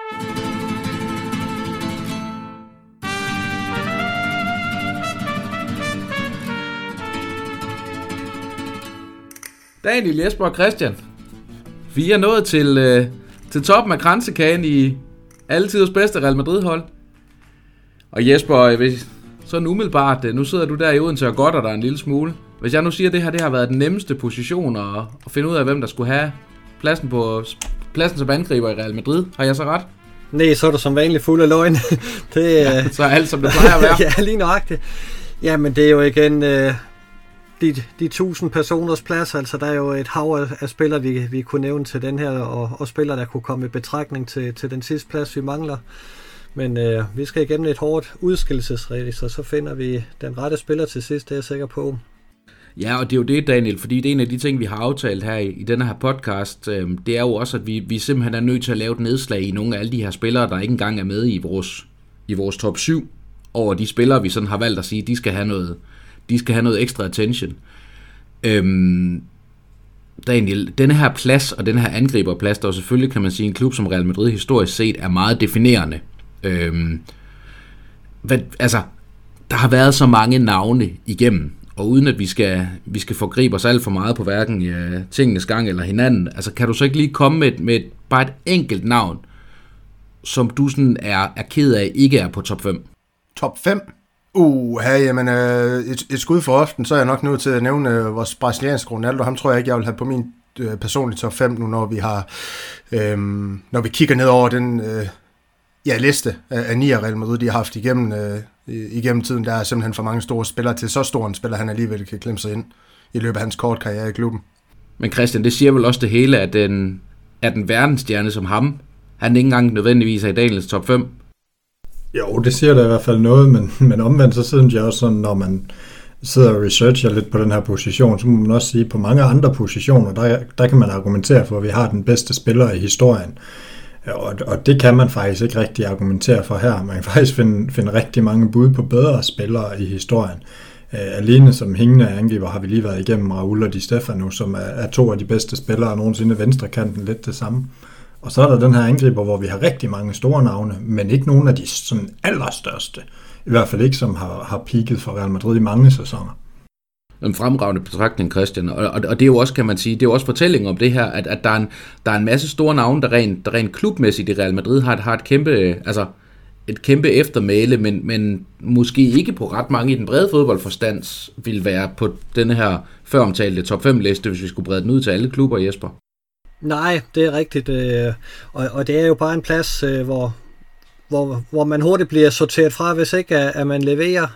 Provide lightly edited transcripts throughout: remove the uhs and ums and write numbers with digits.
Daniel, Jesper og Christian. Vi er nået til toppen af kransekagen i alle tiders bedste Real Madrid-hold. Og Jesper, sådan umiddelbart, nu sidder du der i Odense og godter dig en lille smule. Hvis jeg nu siger, at det har været den nemmeste position at finde ud af, hvem der skulle have pladsen som angriber i Real Madrid, har jeg så ret? Nej, så er du som vanligt fuld af løgn. Så er alt, som det plejer at være. Ja, lige nøjagtigt. Jamen, det er jo igen de 1000 personers plads. Altså, der er jo et hav af spillere, vi kunne nævne til den her, og spillere, der kunne komme i betragtning til den sidste plads, vi mangler. Men vi skal igennem et hårdt udskillelsesræs, og så finder vi den rette spiller til sidst, det er jeg sikker på. Ja, og det er jo det, Daniel, fordi det er en af de ting, vi har aftalt her i denne her podcast. Det er jo også, at vi simpelthen er nødt til at lave et nedslag i nogle af alle de her spillere, der ikke engang er med i vores top 7 over de spillere, vi sådan har valgt at sige, de skal have noget ekstra attention. Daniel, denne her plads og den her angriberplads, der selvfølgelig, kan man sige, en klub som Real Madrid historisk set er meget definerende. Der har været så mange navne igennem, og uden at vi skal forgribe os alt for meget på hverken tingenes gang eller hinanden, altså kan du så ikke lige komme med bare et enkelt navn, som du sådan er ked af ikke er på top 5? Top 5? Jamen, et skud for often, så er jeg nok nødt til at nævne vores brasilianske Ronaldo. Ham tror jeg ikke, jeg vil have på min personlige top 5 nu, når vi kigger ned over den liste af 9 Real Madrid, de har haft igennem tiden. Der er simpelthen for mange store spillere til så stor en spiller, han alligevel kan klemme sig ind i løbet af hans kort karriere i klubben. Men Christian, det siger vel også det hele, at den verdensstjerne som ham, han ikke engang nødvendigvis er i Daniels top 5? Jo, det siger da i hvert fald noget, men omvendt så synes jeg også sådan, når man sidder og researcher lidt på den her position, så må man også sige, at på mange andre positioner, der kan man argumentere for, at vi har den bedste spiller i historien. Og det kan man faktisk ikke rigtig argumentere for her. Man kan faktisk finde rigtig mange bud på bedre spillere i historien. Alene som hængende angriber har vi lige været igennem Raúl og Di Stefano, som er 2 af de bedste spillere nogensinde. Venstrekanten lidt det samme. Og så er der den her angriber, hvor vi har rigtig mange store navne, men ikke nogen af de sådan allerstørste. I hvert fald ikke, som har peaket for Real Madrid i mange sæsoner. En fremragende betragtning, Christian. Og det er jo også, kan man sige, det er jo også fortælling om det her, at der er en masse store navne, der rent klubmæssigt i Real Madrid har et kæmpe eftermæle, men måske ikke på ret mange i den brede fodboldforstand vil være på denne her føromtalte top 5 liste, hvis vi skulle brede den ud til alle klubber, Jesper. Nej, det er rigtigt. Og det er jo bare en plads, hvor man hurtigt bliver sorteret fra, hvis ikke at man leverer.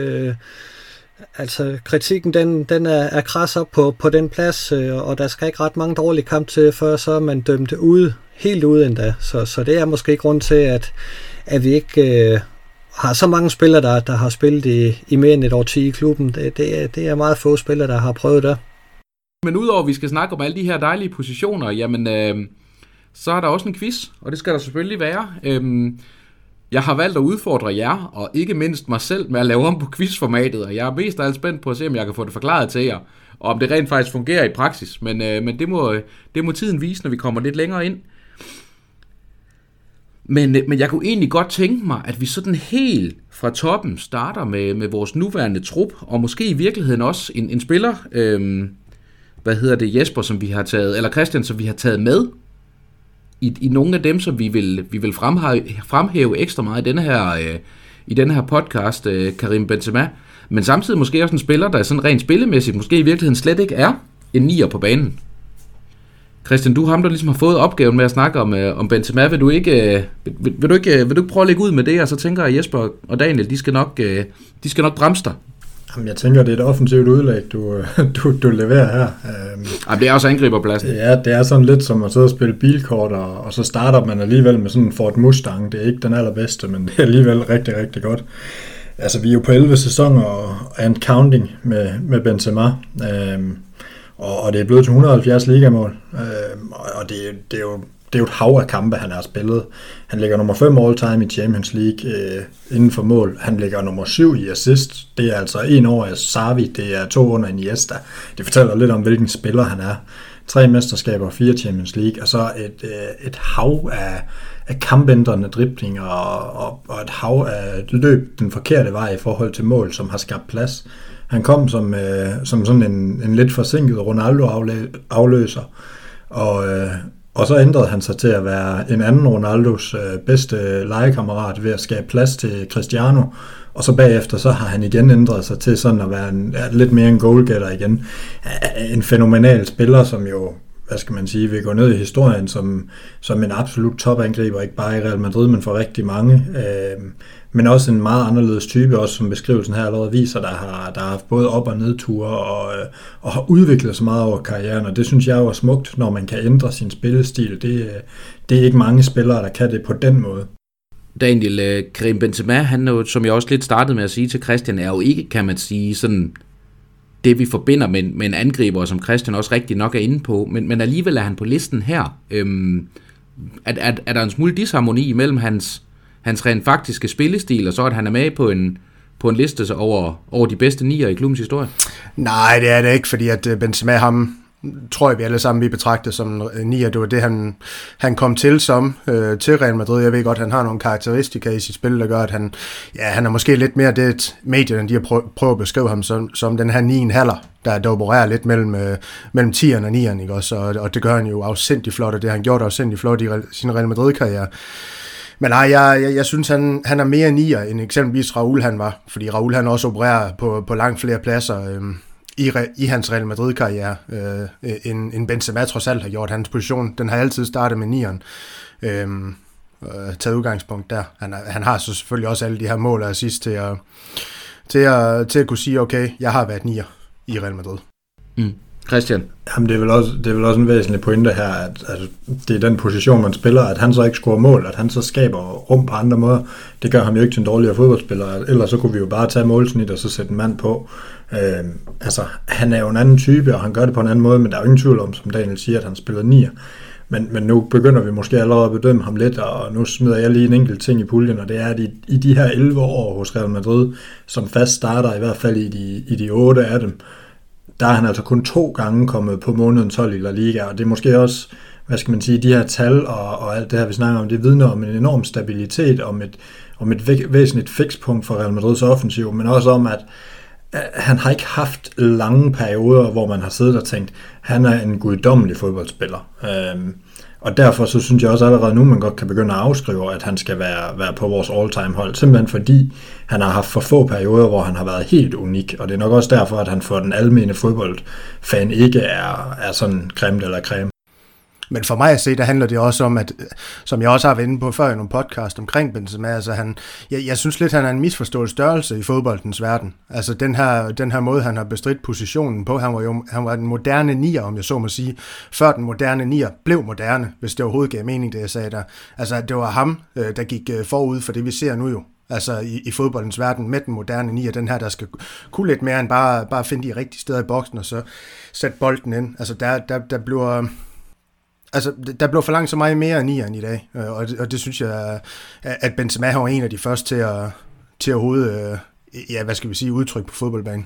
Kritikken, den er kras op på den plads, og der skal ikke ret mange dårlige kamp til, før så er man dømt helt ude endda. Så det er måske grund til, at vi ikke har så mange spillere, der har spillet i mere end et årti i klubben. Det er meget få spillere, der har prøvet det. Men udover at vi skal snakke om alle de her dejlige positioner, jamen, så er der også en quiz, og det skal der selvfølgelig være. Jeg har valgt at udfordre jer, og ikke mindst mig selv, med at lave om på quizformatet, og jeg er mest af alt spændt på at se, om jeg kan få det forklaret til jer, og om det rent faktisk fungerer i praksis. Men det må tiden vise, når vi kommer lidt længere ind. Men jeg kunne egentlig godt tænke mig, at vi sådan helt fra toppen starter med vores nuværende trup, og måske i virkeligheden også en spiller, Jesper, som vi har taget, eller Christian, som vi har taget med i nogle af dem, som vi vil fremhæve ekstra meget i denne her podcast, Karim Benzema, men samtidig måske også en spiller, der er sådan rent spillemæssigt, måske i virkeligheden slet ikke er en nier på banen. Christian, du er ham, der ligesom har fået opgaven med at snakke om Benzema. Vil du ikke prøve at lægge ud med det, og så tænker jeg, Jesper og Daniel, de skal nok bremse dig. Jamen, jeg tænker, det er et offensivt udlæg, du leverer her. Det er også angriberpladsen. Ja, det er sådan lidt som at sidde og spille bilkort, og så starter man alligevel med sådan en Ford Mustang. Det er ikke den allerbedste, men det er alligevel rigtig, rigtig godt. Altså, vi er jo på 11 sæsoner and counting med Benzema, og det er blevet til 170 ligamål, og det er jo et hav af kampe, han har spillet. Han ligger nummer 5 all-time i Champions League inden for mål. Han ligger nummer 7 i assist. Det er altså 1 over Xavi, det er 2 under Iniesta. Det fortæller lidt om, hvilken spiller han er. 3 mesterskaber, 4 Champions League, og så et hav af kampændrende driblinger og et hav af løb den forkerte vej i forhold til mål, som har skabt plads. Han kom som sådan en lidt forsinket Ronaldo-afløser, og så ændrede han sig til at være en anden Ronaldos bedste legekammerat ved at skabe plads til Cristiano, og så bagefter så har han igen ændret sig til sådan at være lidt mere en goalgetter igen. En fænomenal spiller, som jo, hvad skal man sige, vil gå ned i historien som en absolut topangriber, ikke bare i Real Madrid, men for rigtig mange. Men også en meget anderledes type, også som beskrivelsen her allerede viser, der har haft både op- og nedture og har udviklet sig meget over karrieren, og det synes jeg jo er smukt, når man kan ændre sin spillestil. Det er ikke mange spillere, der kan det på den måde. Daniel, Karim Benzema, han er jo, som jeg også lidt startede med at sige til Christian, er jo ikke, kan man sige, sådan det vi forbinder med en angriber, som Christian også rigtig nok er inde på, men alligevel er han på listen her. Er der en smule disharmoni imellem hans rent faktiske spillestil, og så at han er med på en liste over de bedste nier i klubbens historie? Nej, det er det ikke, fordi at Benzema, ham tror jeg vi alle sammen vi betragter som nier. Det var det han kom til som til Real Madrid. Jeg ved godt, han har nogle karakteristika i sit spil, der gør at han er måske lidt mere det medierne de har prøvet at beskrive ham som den her 9,5'er, der opererer lidt mellem 10'eren og 9'eren, ikke også? Og det gør han jo afsindig flot, og det har han gjort afsindig flot i sin Real Madrid-karriere. Men nej, jeg synes, han er mere nier, end eksempelvis Raúl han var, fordi Raúl han også opererer på langt flere pladser i hans Real Madrid-karriere, end Benzema trods alt har gjort. Hans position, den har altid startet med nieren, taget udgangspunkt der. Han har så selvfølgelig også alle de her mål og assist til at kunne sige, okay, jeg har været nier i Real Madrid. Christian? Jamen, det er vel også en væsentlig pointe her, at det er den position, man spiller, at han så ikke scorer mål, at han så skaber rum på andre måder. Det gør ham jo ikke til en dårligere fodboldspiller, ellers så kunne vi jo bare tage målsnit og så sætte en mand på. Han er jo en anden type, og han gør det på en anden måde, men der er jo ingen tvivl om, som Daniel siger, at han spiller nier. Men nu begynder vi måske allerede at bedømme ham lidt, og nu smider jeg lige en enkelt ting i puljen, og det er, at i de her 11 år hos Real Madrid, som fast starter, i hvert fald i de 8 af dem, der er han altså kun 2 gange kommet på månedens hold i La Liga, og det er måske også, hvad skal man sige, de her tal og alt det her, vi snakker om, det vidner om en enorm stabilitet, om et væsentligt fikspunkt for Real Madrids offensiv, men også om, at han har ikke haft lange perioder, hvor man har siddet og tænkt, han er en guddommelig fodboldspiller. Og derfor så synes jeg også allerede nu, man godt kan begynde at afskrive, at han skal være på vores all-time hold, simpelthen fordi han har haft for få perioder, hvor han har været helt unik, og det er nok også derfor, at han for den almene fodboldfan ikke er sådan cremt eller creme. Men for mig at se, der handler det også om, at, som jeg også har været inde på før i nogle podcast omkring Benzema, altså jeg synes lidt, han er en misforstået størrelse i fodboldens verden. Altså den her måde, han har bestridt positionen på, han var den moderne nier, om jeg så må sige, før den moderne nier blev moderne, hvis det overhovedet gav mening, det jeg sagde der. Altså det var ham, der gik forud for det, vi ser nu jo. Altså i fodboldens verden med den moderne nier, den her, der skal kunne lidt mere end bare finde de rigtige steder i boksen, og så sætte bolden ind. Altså der bliver... Altså, der blev for langt så meget mere end nieren i dag, og det synes jeg, at Benzema var en af de første til at udtryk på fodboldbanen.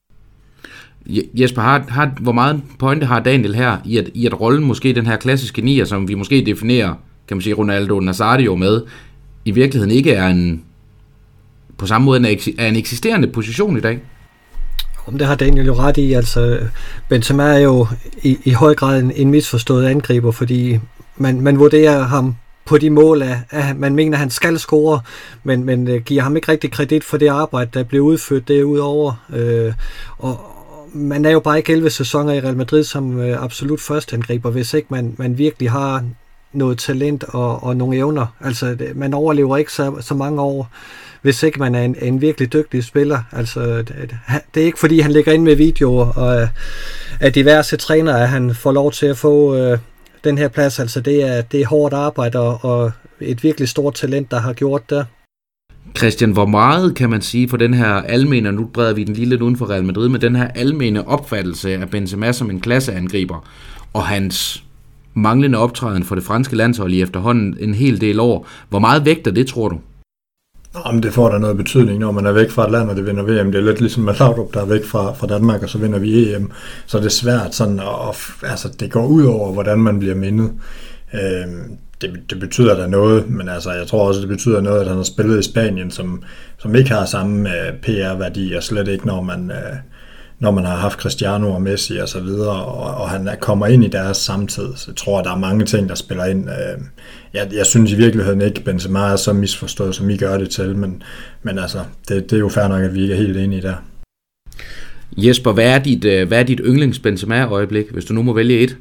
Jesper, hvor meget pointe har Daniel her i at rollen måske den her klassiske nier, som vi måske definerer, kan man sige, Ronaldo Nazario med, i virkeligheden ikke er på samme måde en eksisterende position i dag? Det har Daniel jo ret i. Altså, Benzema er jo i høj grad en misforstået angriber, fordi man vurderer ham på de mål, at man mener, at han skal score, men giver ham ikke rigtig kredit for det arbejde, der bliver udført derudover. Og man er jo bare ikke 11 sæsoner i Real Madrid som absolut førsteangriber, hvis ikke man virkelig har noget talent og nogle evner. Altså, man overlever ikke så mange år, hvis ikke man er en virkelig dygtig spiller. Altså, det er ikke fordi, han ligger inde med videoer og af diverse trænere, at han får lov til at få den her plads. Altså, det er hårdt arbejde og et virkelig stort talent, der har gjort det. Christian, hvor meget kan man sige for den her almene, og nu breder vi den lige lidt uden for Real Madrid, med den her almene opfattelse af Benzema som en klasseangriber, og hans manglende optræden for det franske landshold i efterhånden en hel del år. Hvor meget vægter det, tror du? Om det får da noget betydning, når man er væk fra et land, og det vinder VM. Det er lidt ligesom med Laudrup, der er væk fra Danmark, og så vinder vi EM. Så det er svært sådan, altså det går ud over, hvordan man bliver mindet. Det betyder da noget, men altså, jeg tror også, det betyder noget, at han har spillet i Spanien, som ikke har samme PR-værdi, og slet ikke, når man har haft Cristiano og Messi og så videre, og han kommer ind i deres samtid. Så jeg tror, at der er mange ting, der spiller ind. Jeg synes i virkeligheden ikke, Benzema er så misforstået, som I gør det til, men altså, det er jo fair nok, at vi ikke er helt enige der. Jesper, hvad er dit yndlings Benzema-øjeblik, hvis du nu må vælge et?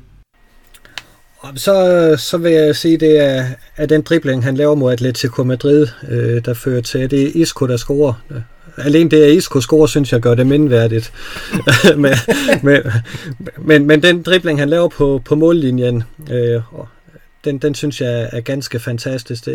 Så vil jeg sige, det er den dribling, han laver mod Atletico Madrid, der fører til, at det er Isco, der scorer. Alene det, at Isco scorer, synes jeg gør det mindeværdigt. men den dribling, han laver på mållinjen, den synes jeg er ganske fantastisk.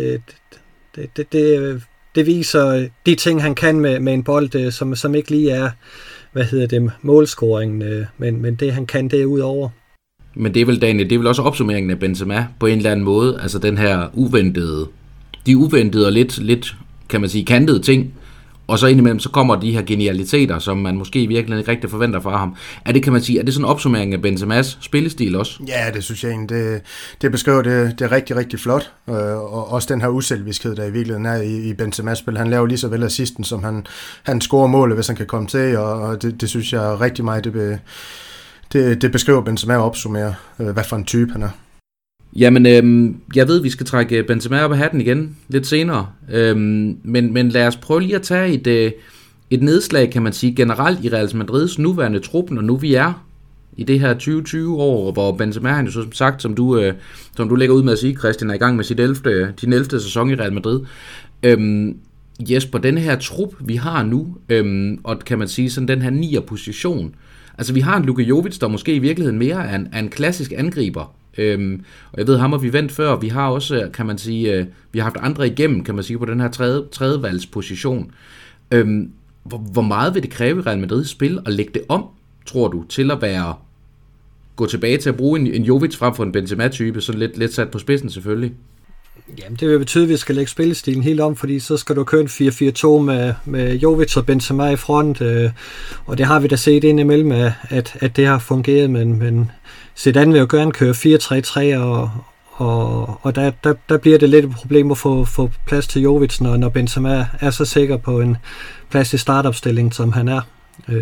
Det viser de ting, han kan med en bold, som ikke lige er, målscoringen, men det, han kan derudover. Men det er vel, Daniel, det er vel også opsummeringen af Benzema på en eller anden måde, altså den her de uventede og lidt, kan man sige, kantede ting, og så indimellem, så kommer de her genialiteter, som man måske virkelig ikke rigtig forventer fra ham. Er det sådan en opsummering af Benzemas spillestil også? Ja, det synes jeg egentlig, det beskriver det rigtig, rigtig flot, og også den her uselviskhed, der i virkeligheden er i Benzemas spil. Han laver lige så vel assisten, som han scorer målet, hvis han kan komme til, og det synes jeg rigtig meget, det beskriver Benzema og opsummerer, hvad for en type han er. Jamen, jeg ved, vi skal trække Benzema op af hatten igen lidt senere, men lad os prøve lige at tage et nedslag, kan man sige, generelt i Real Madrids nuværende trup, når nu vi er i det her 2020-år, hvor Benzema, han jo som sagt, som du lægger ud med at sige, Christian, er i gang med sin 11. sæson i Real Madrid. Jesper, den her trup, vi har nu, og kan man sige, sådan den her 9'er position, altså vi har en Luka Jovic, der måske i virkeligheden mere er en klassisk angriber, og jeg ved, ham har vi vendt før, vi har også, kan man sige, vi har haft andre igennem, kan man sige, på den her tredjevalgsposition. Hvor meget vil det kræve i Real Madrids spil at lægge det om, tror du, til at gå tilbage til at bruge en Jovic frem for en Benzema-type, så lidt sat på spidsen selvfølgelig? Jamen, det vil betyde, at vi skal lægge spillestilen helt om, fordi så skal du køre en 4-4-2 med Jovic og Benzema i front, og det har vi da set indimellem, at det har fungeret, men Zidane vil jo gerne køre 4-3-3, og der bliver det lidt et problem at få plads til Jovic, når Benzema er så sikker på en plads i startopstillingen, som han er.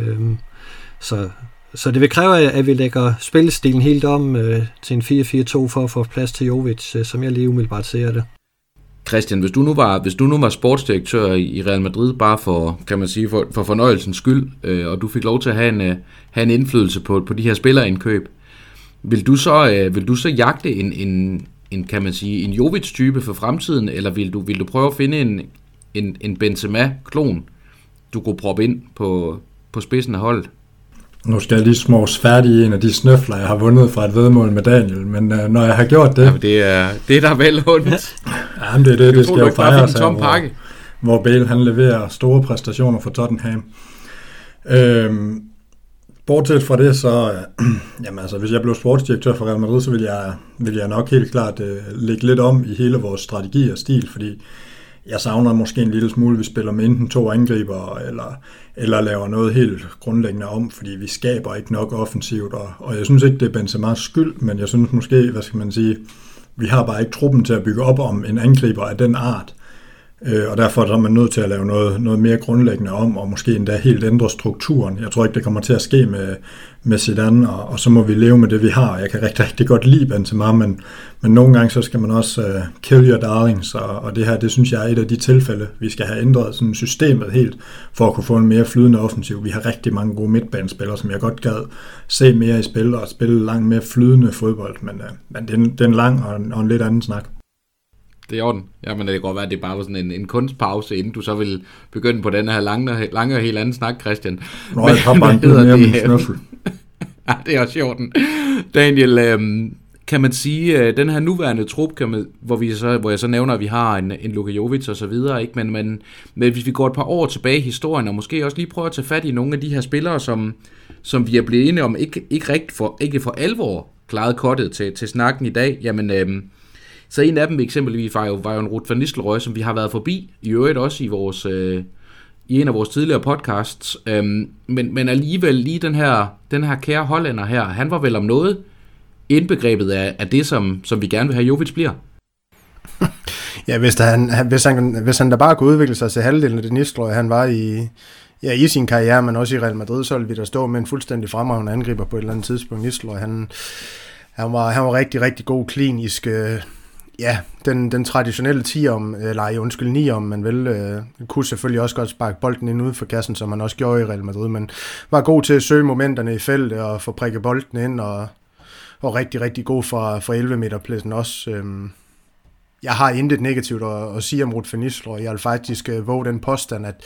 Så det vil kræve, at vi lægger spillestilen helt om til en 4-4-2 for at få plads til Jovic, som jeg lige umiddelbart ser det. Christian, hvis du nu var sportsdirektør i Real Madrid, bare for, kan man sige, for fornøjelsens skyld, og du fik lov til at have en indflydelse på de her spillerindkøb, vil du så jagte en kan man sige, en Jovic-type for fremtiden, eller vil du prøve at finde en Benzema-klon, du kunne proppe ind på spidsen af holdet? Nu skal jeg lige smås færdig i en af de snøfler, jeg har vundet fra et væddemål med Daniel, men når jeg har gjort det... Ja, det er der vel ondt. Jamen det skal jo fejres af, hvor Bale han leverer store præstationer for Tottenham. Bortset fra det, så jamen altså, hvis jeg blev sportsdirektør for Real Madrid, så vil jeg nok helt klart lægge lidt om i hele vores strategi og stil, fordi jeg savner måske en lille smule, vi spiller med enten 2 angriber, eller laver noget helt grundlæggende om, fordi vi skaber ikke nok offensivt, og jeg synes ikke, det er Benzemas skyld, men jeg synes måske, vi har bare ikke truppen til at bygge op om en angriber af den art, og derfor er man nødt til at lave noget mere grundlæggende om, og måske endda helt ændre strukturen. Jeg tror ikke, det kommer til at ske med Zidane, og så må vi leve med det, vi har. Jeg kan rigtig, rigtig godt lide Benzema, men nogle gange så skal man også kill your darlings, og det her, det synes jeg er et af de tilfælde, vi skal have ændret sådan systemet helt, for at kunne få en mere flydende offensiv. Vi har rigtig mange gode midtbanespillere, som jeg godt gad se mere i spil, og spille langt mere flydende fodbold, men det er en lang og en lidt anden snak. Det er i orden. Jamen, det kan godt være, at det bare var sådan en kunstpause, inden du så vil begynde på den her lange og helt anden snak, Christian. Nå, jeg har banket mere med snøffel. Ja, det er også sjovt. Daniel, kan man sige, den her nuværende trup, hvor jeg så nævner, at vi har en Luka Jovic og så videre, ikke? Men hvis vi går et par år tilbage i historien, og måske også lige prøver at tage fat i nogle af de her spillere, som vi er blevet enige om, ikke for alvor klaret kortet til snakken i dag, jamen... Så en af dem eksempelvis var jo en Ruud van Nistelrooy, som vi har været forbi, i øvrigt også i en af vores tidligere podcasts, men alligevel lige den her kære hollænder her, han var vel om noget indbegrebet af det, som vi gerne vil have Jovic bliver. Ja, hvis han da bare kunne udvikle sig til halvdelen af det Nistelrooy, han var i sin karriere, men også i Real Madrid, så ville vi da stå med en fuldstændig fremragende angriber på et eller andet tidspunkt. Nistelrooy, han var rigtig, rigtig god, klinisk, den traditionelle 9 om man vil, kunne selvfølgelig også godt sparke bolden ind ude for kassen, som han også gjorde i Real Madrid, men var god til at søge momenterne i feltet og få prikket bolden ind, og rigtig, rigtig god fra 11 meter pladsen også. Jeg har intet negativt at sige om Ruud van Nistelrooy. Jeg vil faktisk våge den påstand, at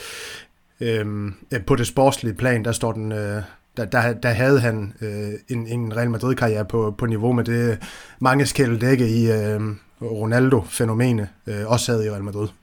på det sportslige plan, der står den, der havde han en Real Madrid-karriere på niveau med det mange skældække i Ronaldo-fænomene også havde i Real Madrid.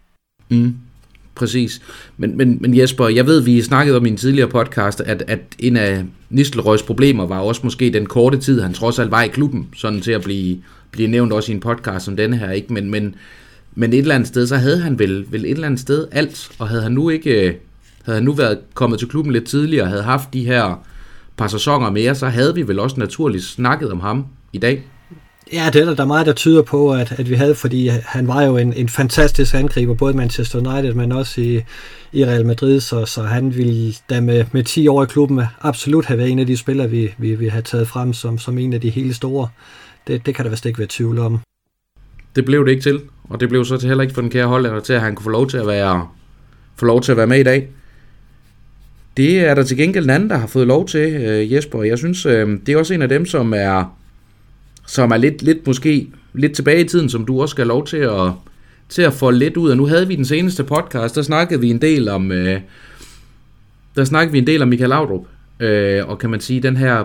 Præcis. Men Jesper, jeg ved, vi snakkede om i en tidligere podcast, at en af Nistelrooys problemer var også måske den korte tid, han trods alt var i klubben, sådan til at blive nævnt også i en podcast som denne her, ikke? Men et eller andet sted, så havde han vel et eller andet sted alt, og havde han nu været kommet til klubben lidt tidligere, og havde haft de her par sæsoner mere, så havde vi vel også naturligt snakket om ham i dag. Ja, det er der meget, der tyder på, at vi havde, fordi han var jo en fantastisk angriber, både Manchester United, men også i Real Madrid, så han ville da med 10 år i klubben absolut have været en af de spillere, vi har taget frem som en af de helt store. Det kan der vist ikke være tvivl om. Det blev det ikke til, og det blev så heller ikke for den kære hollænder til, at han kunne få lov til at være med i dag. Det er der til gengæld en anden, der har fået lov til, Jesper. Jeg synes, det er også en af dem, som er lidt måske lidt tilbage i tiden, som du også skal have lov til at få lidt ud. Og nu havde vi den seneste podcast, der snakkede vi en del om Michael Laudrup, og kan man sige den her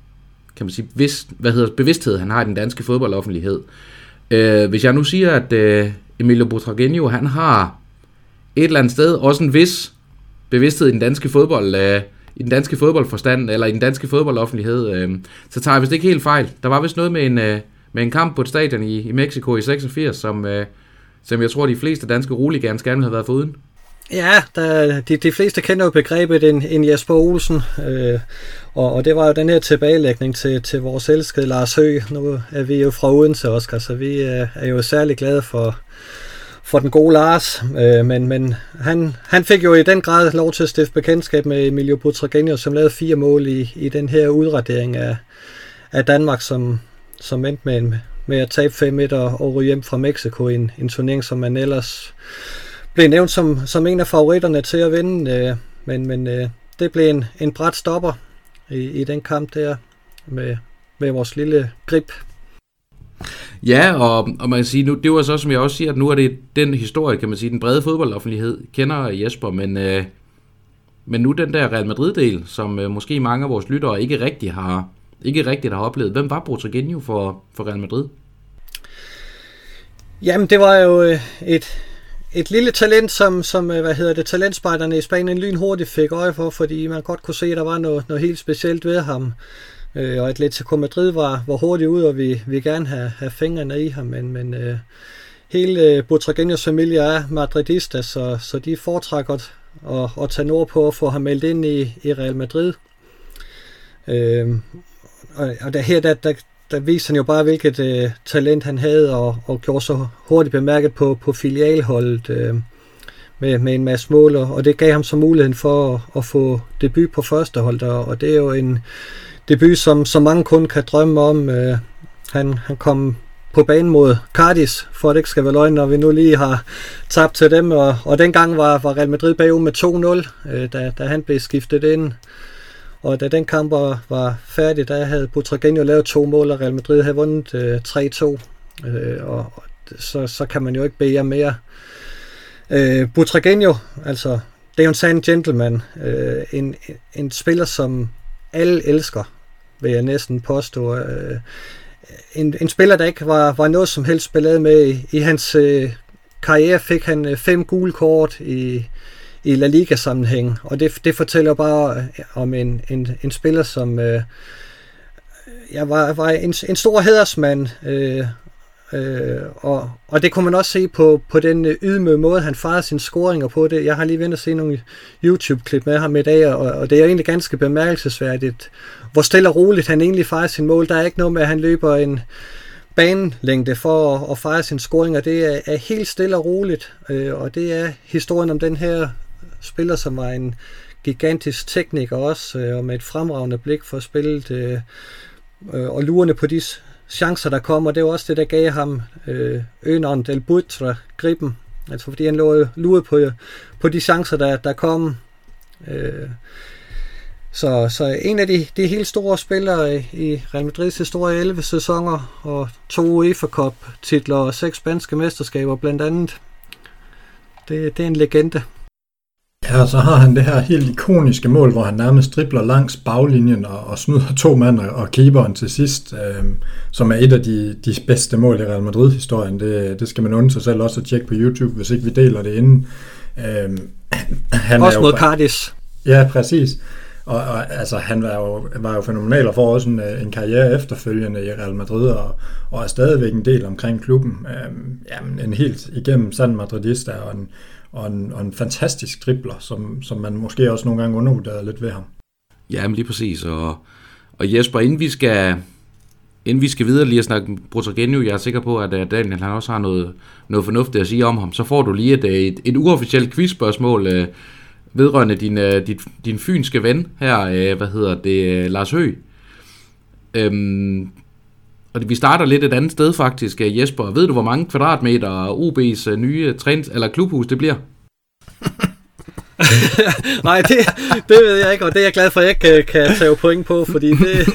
bevidsthed, han har i den danske fodboldoffentlighed. Hvis jeg nu siger, at Emilio Butragueño, han har et eller andet sted også en vis bevidsthed i den danske fodboldforstand, eller i den danske fodboldoffentlighed, så tager jeg vist ikke helt fejl. Der var vist noget med en kamp på et stadion i Mexico i 86, som jeg tror, de fleste danske roligans gerne havde været foruden. Ja, de fleste kender jo begrebet en Jesper Olsen, og det var jo den her tilbagelægning til vores elskede Lars Høgh. Nu er vi jo fra Odense, Oscar, så vi er jo særlig glade for den gode Lars, men han fik jo i den grad lov til at stifte bekendtskab med Emilio Butragueño, som lavede 4 mål i den her udradering af Danmark, som endte med at tabe 5-1 og ryge hjem fra Mexico i en turnering, som man ellers blev nævnt som en af favoritterne til at vinde, men det blev en brat stopper i den kamp der med vores lille grip. Ja, og man kan sige, nu, det var så, som jeg også siger, at nu er det den historie, kan man sige, den brede fodboldoffentlighed kender Jesper, men nu den der Real Madrid-del, som måske mange af vores lyttere ikke rigtigt har oplevet. Hvem var Butragueño for Real Madrid? Jamen, det var jo et lille talent, som talentspejderne i Spanien lynhurtigt fik øje for, fordi man godt kunne se, at der var noget helt specielt ved ham. Og Atletico Madrid var hurtigt ud, og vi gerne have fingrene i ham, men hele Butragueños familie er madridista, så de foretrækker at tage nord på at få ham meldt ind i Real Madrid. Og der viser han jo bare, hvilket talent han havde, og gjorde så hurtigt bemærket på filialholdet med en masse mål, og det gav ham så muligheden for at få debut på førstehold, og det er jo en debut, som mange kun kan drømme om. Han kom på banen mod Cardis, for det ikke skal være løgn, når vi nu lige har tabt til dem, og dengang var Real Madrid bagud med 2-0, da han blev skiftet ind. Og da den kamp var færdig, der havde Butragueño lavet 2 mål, og Real Madrid havde vundet 3-2. Og så kan man jo ikke bede mere. Butragueño, altså, det er jo en sand gentleman. En spiller, som alle elsker, vil jeg næsten påstå. En spiller, der ikke var noget som helst spillet med. I hans karriere fik han 5 gule kort i La Liga-sammenhæng, og det fortæller bare om en spiller, som var en stor hædersmand, Og det kunne man også se på den ydmyge måde, han fejrede sine scoringer på det. Jeg har lige vendt at se nogle YouTube-klip med ham i dag, og det er egentlig ganske bemærkelsesværdigt, hvor stille og roligt han egentlig fejrer sin mål. Der er ikke noget med, at han løber en banelængde for at fejre sine scoringer. Det er helt stille og roligt, og det er historien om den her spiller, som var en gigantisk tekniker også, og med et fremragende blik for spillet, og lurende på de chancer, der kom, og det var også det, der gav ham øgenavn Del Buitre, griben, altså fordi han lurede på de chancer, der kom. Så en af de helt store spillere i Real Madrids historie, 11 sæsoner og 2 UEFA Cup titler og 6 spanske mesterskaber blandt andet. Det er en legende. Ja, så har han det her helt ikoniske mål, hvor han nærmest dribler langs baglinjen og snyder 2 mand og keeperen til sidst, som er et af de bedste mål i Real Madrid-historien. Det skal man undre sig selv også at tjekke på YouTube, hvis ikke vi deler det inden. Han også mod Cardis. Ja, præcis. Og altså, han var jo fænomenal og får også en karriere efterfølgende i Real Madrid og er stadigvæk en del omkring klubben. En helt igennem sand madridista og en fantastisk dribler, som man måske også nogle gange undervurderer lidt ved ham. Ja, men lige præcis. Og Jesper, inden vi skal videre lige at snakke Butragueño, jeg er sikker på, at Daniel han også har noget fornuftigt at sige om ham, så får du lige et uofficielt quizspørgsmål vedrørende din fynske ven her, Lars Høgh. Og vi starter lidt et andet sted faktisk, Jesper. Ved du, hvor mange kvadratmeter OB's nye klubhus det bliver? Nej, det ved jeg ikke, og det er jeg glad for, at jeg ikke kan tage point på, fordi det...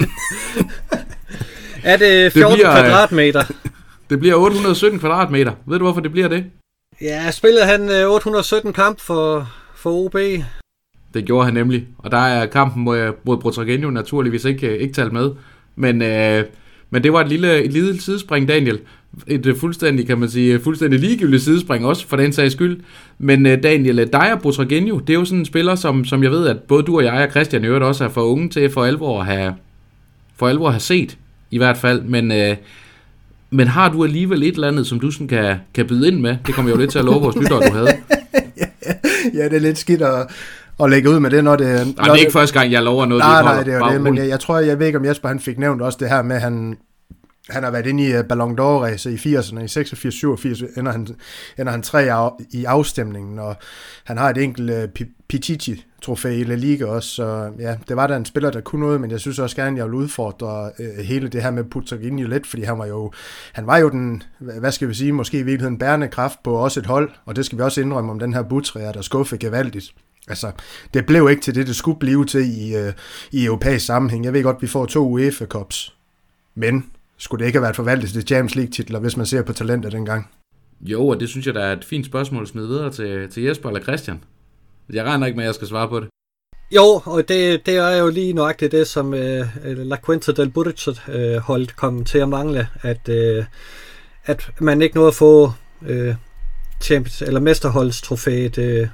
Er det 14 kvadratmeter? Det bliver 817 kvadratmeter. Ved du, hvorfor det bliver det? Ja, spillede han 817 kamp for OB? Det gjorde han nemlig, og der er kampen mod Butragueño naturligvis ikke talt med. Men det var et lille sidespring, Daniel. Et fuldstændig, kan man sige, fuldstændig ligegyldigt sidespring også, for den sags skyld. Men Daniel, dig og Butragueño, det er jo sådan en spiller, som jeg ved, at både du og jeg og Christian i øvrigt også er for unge til for alvor at have set, i hvert fald. Men har du alligevel et eller andet, som du sådan kan byde ind med? Det kommer jo lidt til at love vores lyttere, du havde. Ja, det er lidt skidt at lægge ud med det, når det... Nej, det er ikke første gang, jeg lover noget. Nej, det er jo det, men jeg ved ikke, om Jesper han fik nævnt også det her med, han har været inde i Ballon d'Or-ræset i 80'erne, i 86-87 ender han 3 i afstemningen, og han har et enkelt Pichichi-trofæ i La Liga også, så ja, det var da en spiller, der kunne noget, men jeg synes også gerne, jeg vil udfordre hele det her med Butragueño lidt, fordi han var jo den, hvad skal vi sige, måske i virkeligheden bærende kraft på også et hold, og det skal vi også indrømme om den her Butragueño, der skuffede gevaldigt. Altså, det blev ikke til det skulle blive til i europæisk sammenhæng. Jeg ved godt, vi får 2 UEFA Cups, men skulle det ikke have været forvaltet til Champions League-titler, hvis man ser på talentet dengang? Jo, og det synes jeg, der er et fint spørgsmål at smide videre til Jesper eller Christian. Jeg regner ikke med, at jeg skal svare på det. Jo, og det er jo lige nøjagtigt det, som La Quinta del Burrichet holdt kom til at mangle, at man ikke nåede at få Champions eller mesterholdstrofæet.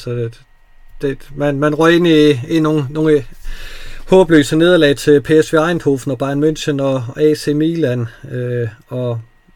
Man røg ind i nogle håbløse nederlag til PSV Eindhoven og Bayern München og AC Milan, og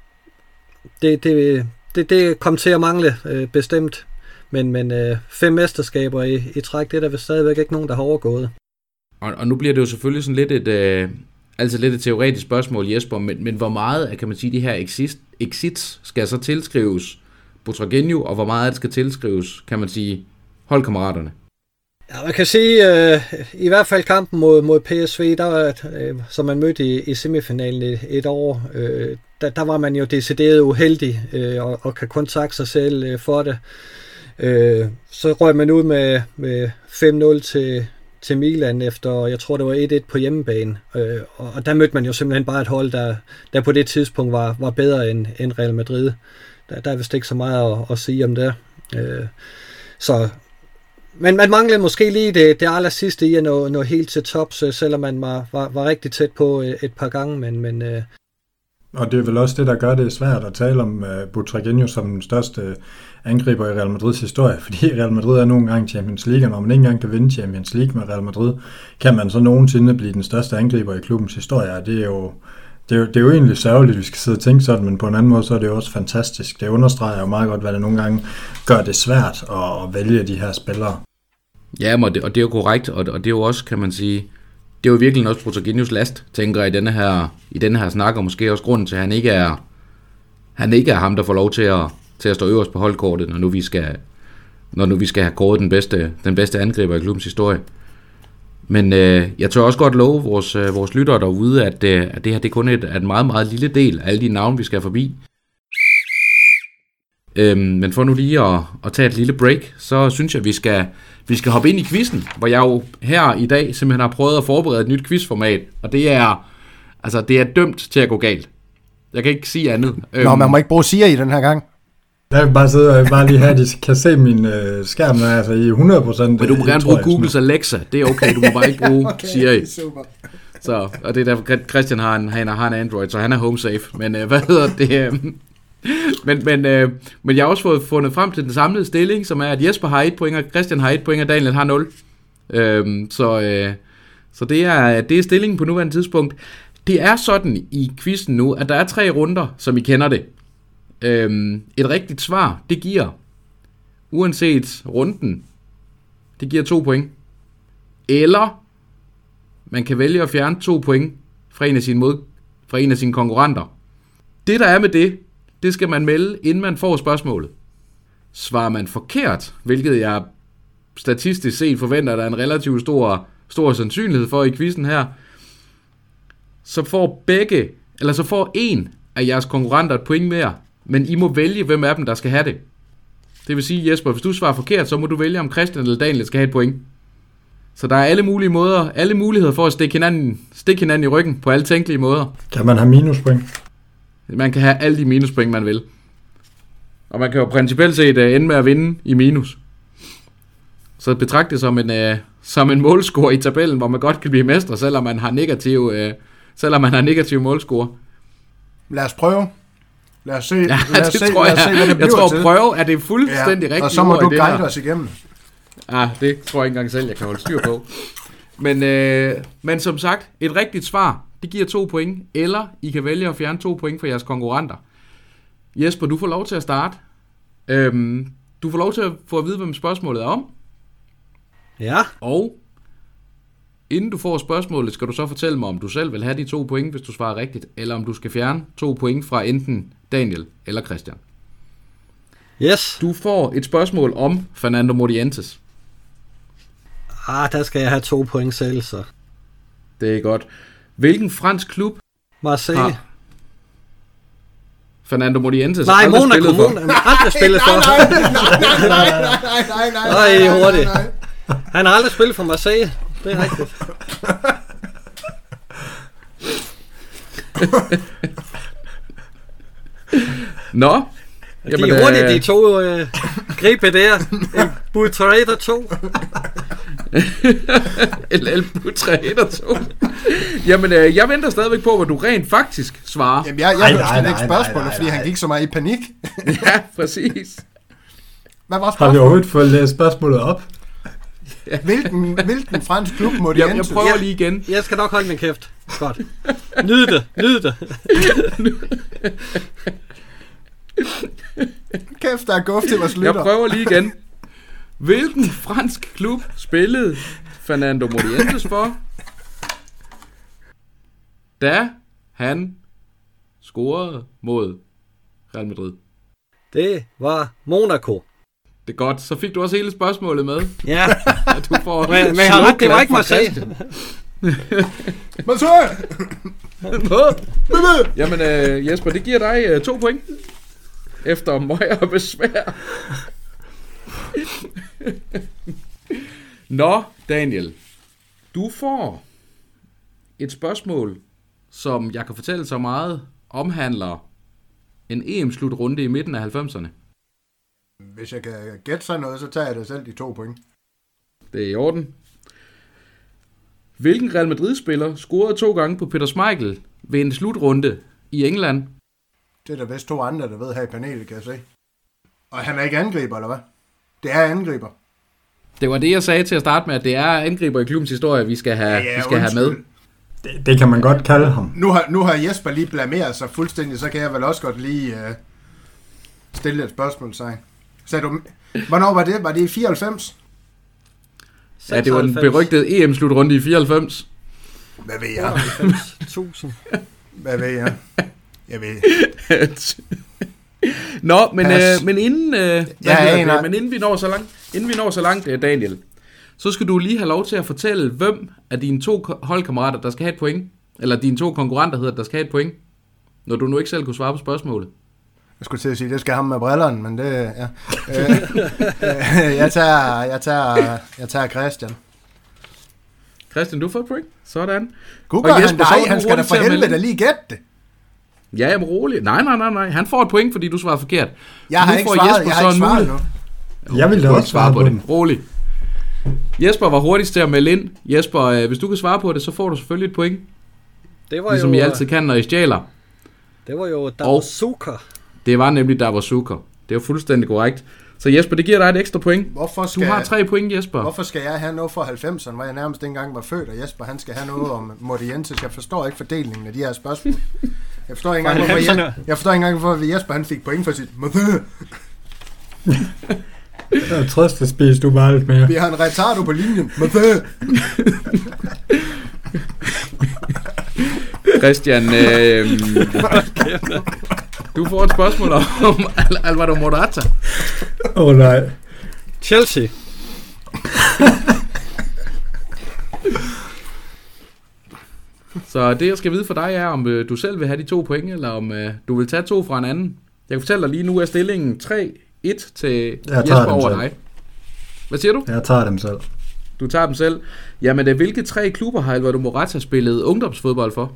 det kom til at mangle bestemt, men 5 mesterskaber i træk, det er der vist stadigvæk ikke nogen, der har overgået. Og nu bliver det jo selvfølgelig sådan lidt et teoretisk spørgsmål, Jesper, men hvor meget, kan man sige, de her exits skal så tilskrives Butragueño, og hvor meget det skal tilskrives, kan man sige, holdkammeraterne? Ja, man kan sige, i hvert fald kampen mod PSV, der som man mødte i semifinalen et år, der var man jo decideret uheldig, og kan kun takke sig selv for det. Så røg man ud med 5-0 til Milan efter, jeg tror det var 1-1 på hjemmebane, og der mødte man jo simpelthen bare et hold, der på det tidspunkt var bedre end Real Madrid. Der er vist ikke så meget at sige om det. Så men man manglede måske lige det aller sidste i at nå helt til tops, selvom man var rigtig tæt på et par gange, men Og det er vel også det, der gør det svært at tale om Butragueño som den største angriber i Real Madrids historie, fordi Real Madrid er nogle gange Champions League, og når man ikke engang kan vinde Champions League med Real Madrid, kan man så nogensinde blive den største angriber i klubbens historie, og det Det er jo egentlig sørgeligt, at vi skal sidde og tænke sådan, men på en anden måde, så er det jo også fantastisk. Det understreger jo meget godt, hvad det nogle gange gør det svært at vælge de her spillere. Ja, og det er jo korrekt, og det er jo også, kan man sige, det er jo virkelig også Protaginius last, tænker jeg, i denne her snak, og måske også grunden til, at han ikke er ham, der får lov til at stå øverst på holdkortet, når nu vi skal have kåret den bedste angriber i klubbens historie. Men jeg tør også godt love vores lyttere derude, at det her det kun er en meget, meget lille del af alle de navne, vi skal forbi. Men for nu lige at tage et lille break, så synes jeg, vi skal hoppe ind i quizzen, hvor jeg jo her i dag simpelthen har prøvet at forberede et nyt quizformat, og det er dømt til at gå galt. Jeg kan ikke sige andet. Nå, man må ikke bruge siger i den her gang. Jeg vil bare sidde og bare lige have, at de kan se min skærm, altså i 100%. Men du må gerne bruge Googles Alexa, det er okay, du må bare ikke bruge Siri. Super. Så, og det er derfor, Christian har en Android, så han er home safe. Men hvad hedder det? Men jeg har også fundet frem til den samlede stilling, som er, at Jesper har 1 point, og Christian har 1 point, og Daniel har 0. Så det er stillingen på nuværende tidspunkt. Det er sådan i quizzen nu, at der er 3 runder, som I kender det. Et rigtigt svar, det giver, uanset runden, det giver 2 point. Eller man kan vælge at fjerne 2 point fra en af sine konkurrenter. Det der er med det skal man melde, inden man får spørgsmålet. Svarer man forkert, hvilket jeg statistisk set forventer, at der er en relativt stor sandsynlighed for i quizzen her, så får en af jeres konkurrenter et point mere, men I må vælge, hvem af dem, der skal have det. Det vil sige, Jesper, hvis du svarer forkert, så må du vælge, om Christian eller Daniel skal have et point. Så der er alle muligheder for at stikke hinanden i ryggen på alle tænkelige måder. Kan man have minuspoint? Man kan have alle de minuspoint, man vil. Og man kan jo principielt set ende med at vinde i minus. Så betragt det som en målscore i tabellen, hvor man godt kan blive mestre, selvom man har negativ målscore. Lad os prøve. Lad os se, hvad det bliver. Jeg tror, prøve er det fuldstændig rigtigt. Og så må du guide os igennem. Det tror jeg ikke engang selv, jeg kan holde styr på. Men som sagt, et rigtigt svar, det giver 2 point, eller I kan vælge at fjerne 2 point fra jeres konkurrenter. Jesper, du får lov til at starte. Du får lov til at få at vide, hvem spørgsmålet er om. Ja. Og inden du får spørgsmålet, skal du så fortælle mig, om du selv vil have de 2 point, hvis du svarer rigtigt, eller om du skal fjerne 2 point fra enten Daniel eller Christian. Yes. Du får et spørgsmål om Fernando Morientes. Der skal jeg have 2 point selv, så. Det er godt. Hvilken fransk klub Marseille har Fernando Morientes Monaco aldrig spillet for? Nej, hurtigt. Han har aldrig spillet for Marseille. Det er rigtigt. Nå. De er hurtigt, de 2 gribe der. Butrader 2. El Butrader 2. Jamen, jeg venter stadigvæk på, hvad du rent faktisk svarer. Jamen, jeg hørte slet ikke spørgsmålet, fordi han gik så meget i panik. Ja, præcis. Hvad var spørgsmålet? Har vi overhovedet fået læst spørgsmålet op? Ja. Hvilken fransk klub må de jeg prøver lige igen. Jeg skal nok holde min kæft. Godt. Nyd det. Kæft, der er guf til vores lytter. Jeg prøver lige igen. Hvilken fransk klub spillede Fernando Morientes for, da han scorede mod Real Madrid? Det var Monaco. Det er godt. Så fik du også hele spørgsmålet med. Ja. Du får men jeg har ret, det var ikke Marseille. Jamen Jesper, det giver dig 2 point. Efter møje og besvær. Nå, Daniel. Du får et spørgsmål, som jeg kan fortælle så meget, omhandler en EM-slutrunde i midten af 90'erne. Hvis jeg kan gætte sådan noget, så tager jeg da selv de 2 point. Det er i orden. Hvilken Real Madrid-spiller scorede 2 gange på Peter Schmeichel ved en slutrunde i England? Det er der vist 2 andre, der ved her i panelet, kan jeg se. Og han er ikke angriber, eller hvad? Det er angriber. Det var det, jeg sagde til at starte med, at det er angriber i klubbens historie, vi skal have med. Det kan man godt kalde ham. Nu har Jesper lige blameret sig fuldstændig, så kan jeg vel også godt lige stille et spørgsmål, så du, hvornår var det? Var det i 94? Ja, det var den berygtede EM-slutrunde i 94. Hvad ved jeg? 1000. Hvad ved jeg? Jeg ved. Nå, men inden vi når så langt, Daniel, så skal du lige have lov til at fortælle, hvem af dine 2 holdkammerater, der skal have et point, eller dine 2 konkurrenter hedder, der skal have et point, når du nu ikke selv kunne svare på spørgsmålet. Jeg skulle til at sige, det skal ham med brillerne, men det, ja. Jeg tager Christian. Christian, du får et point. Sådan. Han skal da for helvede da lige gætte det. Ja, jamen rolig. Nej. Han får et point, fordi du svarede forkert. Jeg har ikke svaret nu. Jeg vil da også svare på det. Rolig. Jesper var hurtigst til at melde ind. Jesper, hvis du kan svare på det, så får du selvfølgelig et point. Det var ligesom I altid kan, når I stjæler. Det var jo Davos. Det var nemlig Davos. Det var fuldstændig korrekt. Så Jesper, det giver dig et ekstra point. Du har 3 point, Jesper. Hvorfor skal jeg have noget for 90'erne, hvor jeg nærmest ikke engang var født, og Jesper han skal have noget om Modientes? Jeg forstår ikke fordelingen af de her spørgsmål. Jeg forstår ikke engang, hvorfor Jesper han fik point for sit... Det er trøst, spise du bare lidt mere. Vi har en retardo på linjen. Christian, du får et spørgsmål om Alvaro Morata. Nej. Chelsea. Så det, jeg skal vide for dig, er, om du selv vil have de 2 point, eller om du vil tage 2 fra en anden. Jeg kan fortælle dig lige nu, er stillingen 3-1 til Jesper over dig. Hvad siger du? Jeg tager dem selv. Du tager dem selv. Jamen, hvilke 3 klubber har Alvaro Morata spillet ungdomsfodbold for?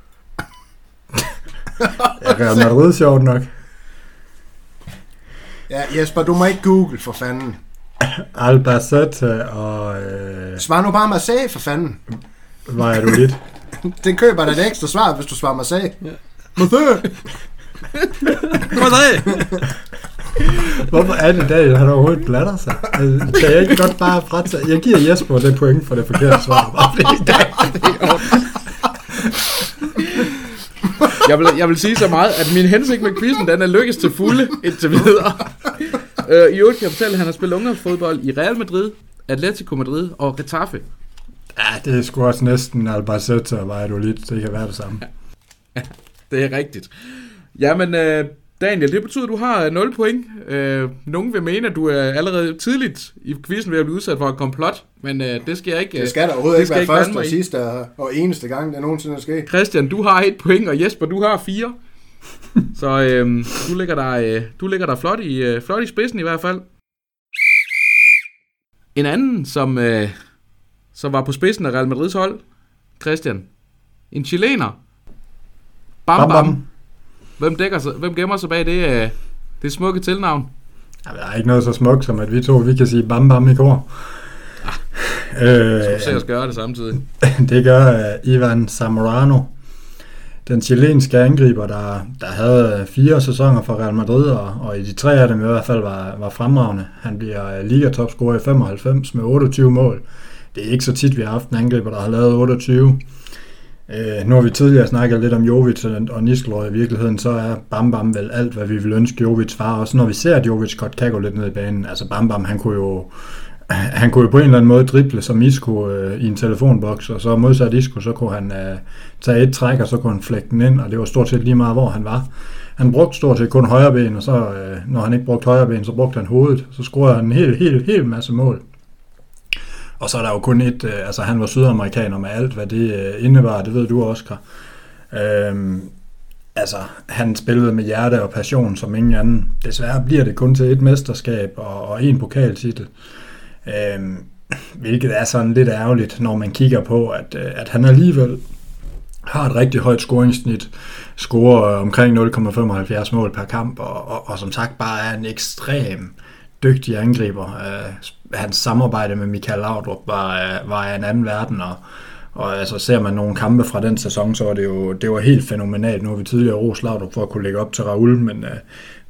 Real Madrid, sjovt nok. Ja, Jesper, du må ikke google, for fanden. Albacete og... Svar nu bare Marseille, for fanden. Var du lidt? Den køber dig et ekstra svar, hvis du svarer Marseille. Ja. Marseille! Hvorfor er det Daniel, han overhovedet blatter sig? Kan jeg ikke godt bare fratage? Jeg giver Jesper det point for det forkerte svar. Jeg vil sige så meget, at min hensigt med quizzen, den er lykkes til fulde indtil videre. I øvrigt kan jeg fortælle, at han har spillet ungdomsfodbold i Real Madrid, Atletico Madrid og Getafe. Ja, det er sgu også næsten Albacete og Valladolid, det kan være det samme. Ja, det er rigtigt. Jamen, Daniel, det betyder, at du har 0 point. Nogen vil mene, at du er allerede tidligt i quizzen ved at blive udsat for et komplot, men det skal jeg ikke. Det skal der overhovedet ikke være første og sidste og eneste gang, det nogensinde er sket. Christian, du har 1 point, og Jesper, du har 4. Så du ligger der flot i spidsen i hvert fald. En anden, som var på spidsen af Real Madrids hold, Christian. En chilener. Bam. Hvem gemmer sig bag det smukke tilnavn? Ja, der er ikke noget så smukt som, at vi kan sige bam i kor. Så se os gøre det samtidig. Det gør Ivan Zamorano. Den chilenske angriber, der havde 4 sæsoner for Real Madrid, og i de 3 af dem i hvert fald var fremragende. Han bliver ligatopscorer i 95 med 28 mål. Det er ikke så tit, vi har haft en angriber, der har lavet 28. Nu har vi tidligere snakket lidt om Jovic og Nistelrooy. I virkeligheden så er Bam vel alt, hvad vi vil ønske Jovic var. Også når vi ser, at Jovic godt kan gå lidt ned i banen. Altså Bam, han kunne jo på en eller anden måde drible som Isco i en telefonboks, og så modsat Isco, så kunne han tage et træk, og så kunne han flække den ind, og det var stort set lige meget, hvor han var. Han brugte stort set kun højre ben, og så når han ikke brugte højre ben, så brugte han hovedet. Så scorede han en helt masse mål. Og så er der jo kun altså han var sydamerikaner med alt, hvad det indebar, det ved du, Oscar. Altså, han spillede med hjerte og passion som ingen anden. Desværre bliver det kun til et mesterskab og en pokaltitel. Hvilket er sådan lidt ærgerligt, når man kigger på, at han alligevel har et rigtig højt scoringsnit, scorer omkring 0,75 mål per kamp, og som sagt bare er en ekstrem dygtig angriber. Hans samarbejde med Michael Laudrup var af en anden verden, og altså ser man nogle kampe fra den sæson, så var det var helt fænomenalt. Nu har vi tidligere rost Laudrup for at kunne lægge op til Raul,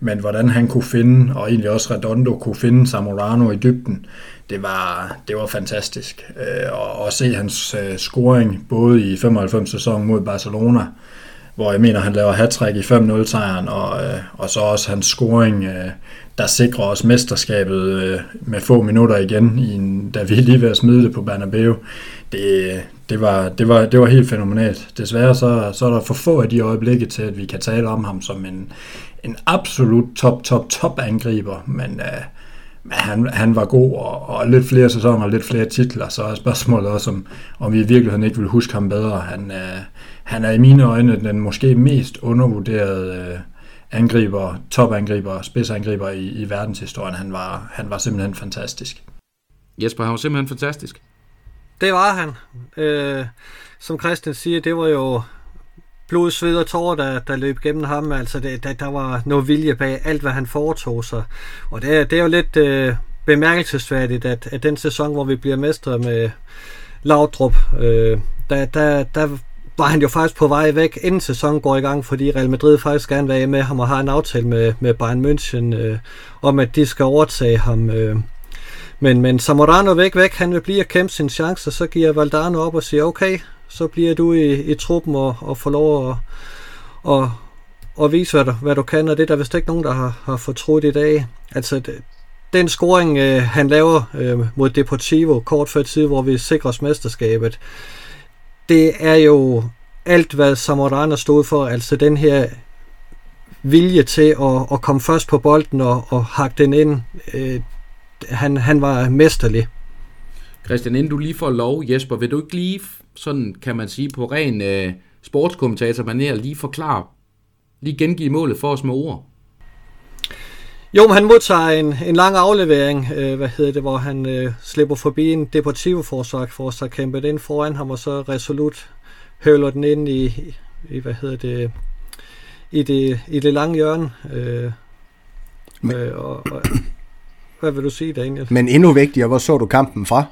Men hvordan han kunne finde, og egentlig også Redondo kunne finde Zamorano i dybden, det var fantastisk. Og se hans scoring, både i 95 sæsonen mod Barcelona, hvor jeg mener, han laver hat-trick i 5-0-sejren, og så også hans scoring, der sikrer os mesterskabet med få minutter igen, da vi lige ved at smide det på Bernabeu. Det var helt fænomenalt. Desværre så er der for få af de øjeblikke til, at vi kan tale om ham som en absolut top angriber, men han var god, og lidt flere sæsoner og lidt flere titler, så er spørgsmålet også, om vi i virkeligheden ikke vil huske ham bedre. Han er i mine øjne den måske mest undervurderede angriber, topangriber, spidsangriber i verdenshistorien. Han var simpelthen fantastisk. Jesper, han var simpelthen fantastisk. Det var han. Som Christian siger, det var jo blod, sved og tårer, der løb gennem ham. Altså, der var noget vilje bag alt, hvad han foretog sig. Og det er jo lidt bemærkelsesværdigt, at den sæson, hvor vi bliver mestre med Laudrup, der var han jo faktisk på vej væk, inden sæsonen går i gang, fordi Real Madrid faktisk gerne vil med ham og har en aftale med Bayern München om, at de skal overtage ham. Men Zamorano væk, han vil blive at kæmpe sin chance, og så giver Valdano op og siger, okay, så bliver du i truppen og får lov at vise, hvad du kan, og det er der vist ikke nogen, der har fortrudt i dag. Altså, den scoring, han laver mod Deportivo kort før tid, hvor vi sikrer os mesterskabet, det er jo alt, hvad Zamorano stod for, altså den her vilje til at komme først på bolden og hakke den ind. Han var mesterlig. Christian, inden du lige får lov, Jesper, vil du ikke lige, sådan kan man sige, på ren sportskommentator-manér, lige forklare, lige gengive målet for os med ord? Jo, men han modtager en lang aflevering, hvor han slipper forbi en Deportivo-forsvar for at kæmpe den ind foran ham, og så resolut høvler den ind i det lange hjørne. Hvad vil du sige, Daniel? Men endnu vigtigere, hvor så du kampen fra?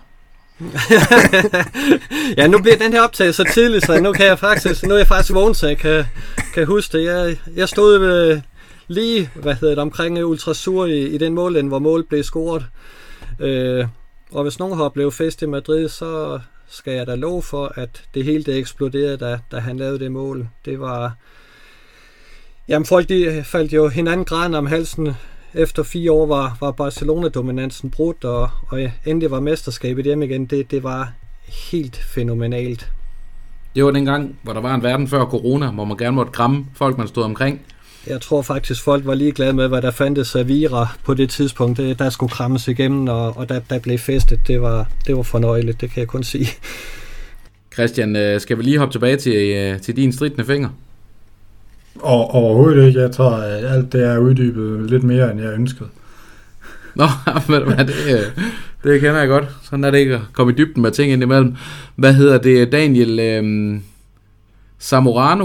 Ja, nu bliver den her optaget så tidligt, så nu er jeg faktisk vågen, så jeg kan huske det. Jeg stod lige, omkring Ultrasur i den målende, hvor målet blev scoret. Og hvis nogen har oplevet fest i Madrid, så skal jeg da love for, at det hele det eksploderede, da han lavede det mål. Det var... Jamen, folk de faldt jo hinanden græn om halsen. Efter 4 år var Barcelona-dominansen brudt, og endelig var mesterskabet hjemme igen. Det var helt fænomenalt. Det var dengang, hvor der var en verden før corona, hvor man gerne måtte kramme folk, man stod omkring. Jeg tror faktisk, folk var ligeglade med, hvad der fandtes af vira på det tidspunkt. Der skulle krammes igennem, og der blev festet. Det var fornøjeligt, det kan jeg kun sige. Christian, skal vi lige hoppe tilbage til din stridende finger? Og overhovedet ikke. Jeg tror, at alt det er uddybet lidt mere, end jeg ønskede. Nå, men det kender jeg godt. Sådan er det ikke at komme i dybden med ting indimellem. Hvad hedder det, Daniel? Zamorano.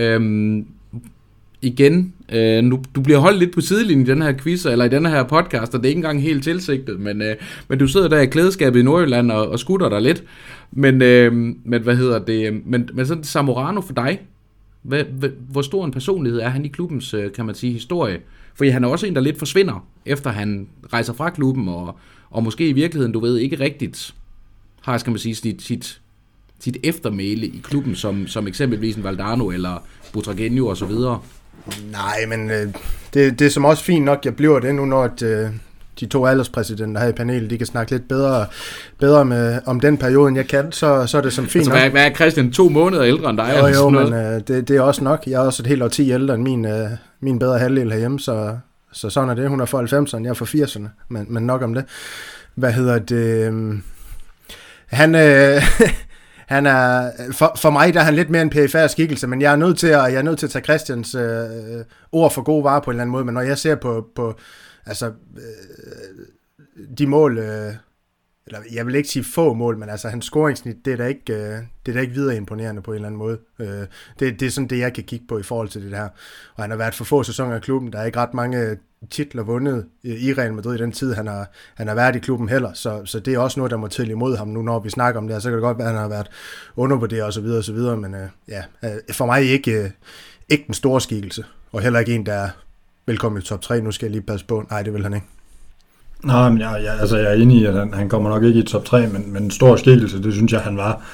Igen, du bliver holdt lidt på sidelinjen i den her quiz, eller i den her podcast, og det er ikke engang helt tilsigtet, men du sidder der i klædeskabet i Nordjylland og skutter dig lidt. Men hvad hedder det? Men sådan Zamorano for dig, hvor stor en personlighed er han i klubbens, kan man sige, historie? For han er også en, der lidt forsvinder, efter han rejser fra klubben, og måske i virkeligheden, du ved, ikke rigtigt har, skal man sige, sit eftermæle i klubben, som eksempelvis en Valdano eller Butragueño og så videre. Nej, men det er som også fint nok, jeg bliver det nu, når de 2 alderspræsidenter her i panelet, de kan snakke lidt bedre om den periode, end jeg kan, så er det som fint altså, hvad er Christian 2 måneder ældre end dig? Jo, men det er også nok. Jeg er også et helt årti ældre end min bedre halvdel herhjemme, så sådan er det. Hun er for 90'erne, jeg er for 80'erne, men nok om det. Hvad hedder det? Han er, for mig der er han lidt mere en perifær skikkelse, men jeg er nødt til at tage Christians ord for gode varer på en eller anden måde, men når jeg ser på altså de mål, eller jeg vil ikke sige få mål, men altså hans scoringsnit, det er da ikke videre imponerende på en eller anden måde. Det er sådan det, jeg kan kigge på i forhold til det her. Og han har været for få sæsoner i klubben, der er ikke ret mange titler vundet i Real Madrid i den tid, han har været i klubben heller, så det er også noget, der må til imod ham nu, når vi snakker om det, så kan det godt være, at han har været undervurderet og så videre, men for mig ikke den store skikkelse, og heller ikke en, der velkommen i top 3, nu skal jeg lige passe på. Nej, det vil han ikke. Nej, men jeg er enig i, at han kommer nok ikke i top 3, men en stor skikkelse, det synes jeg, han var.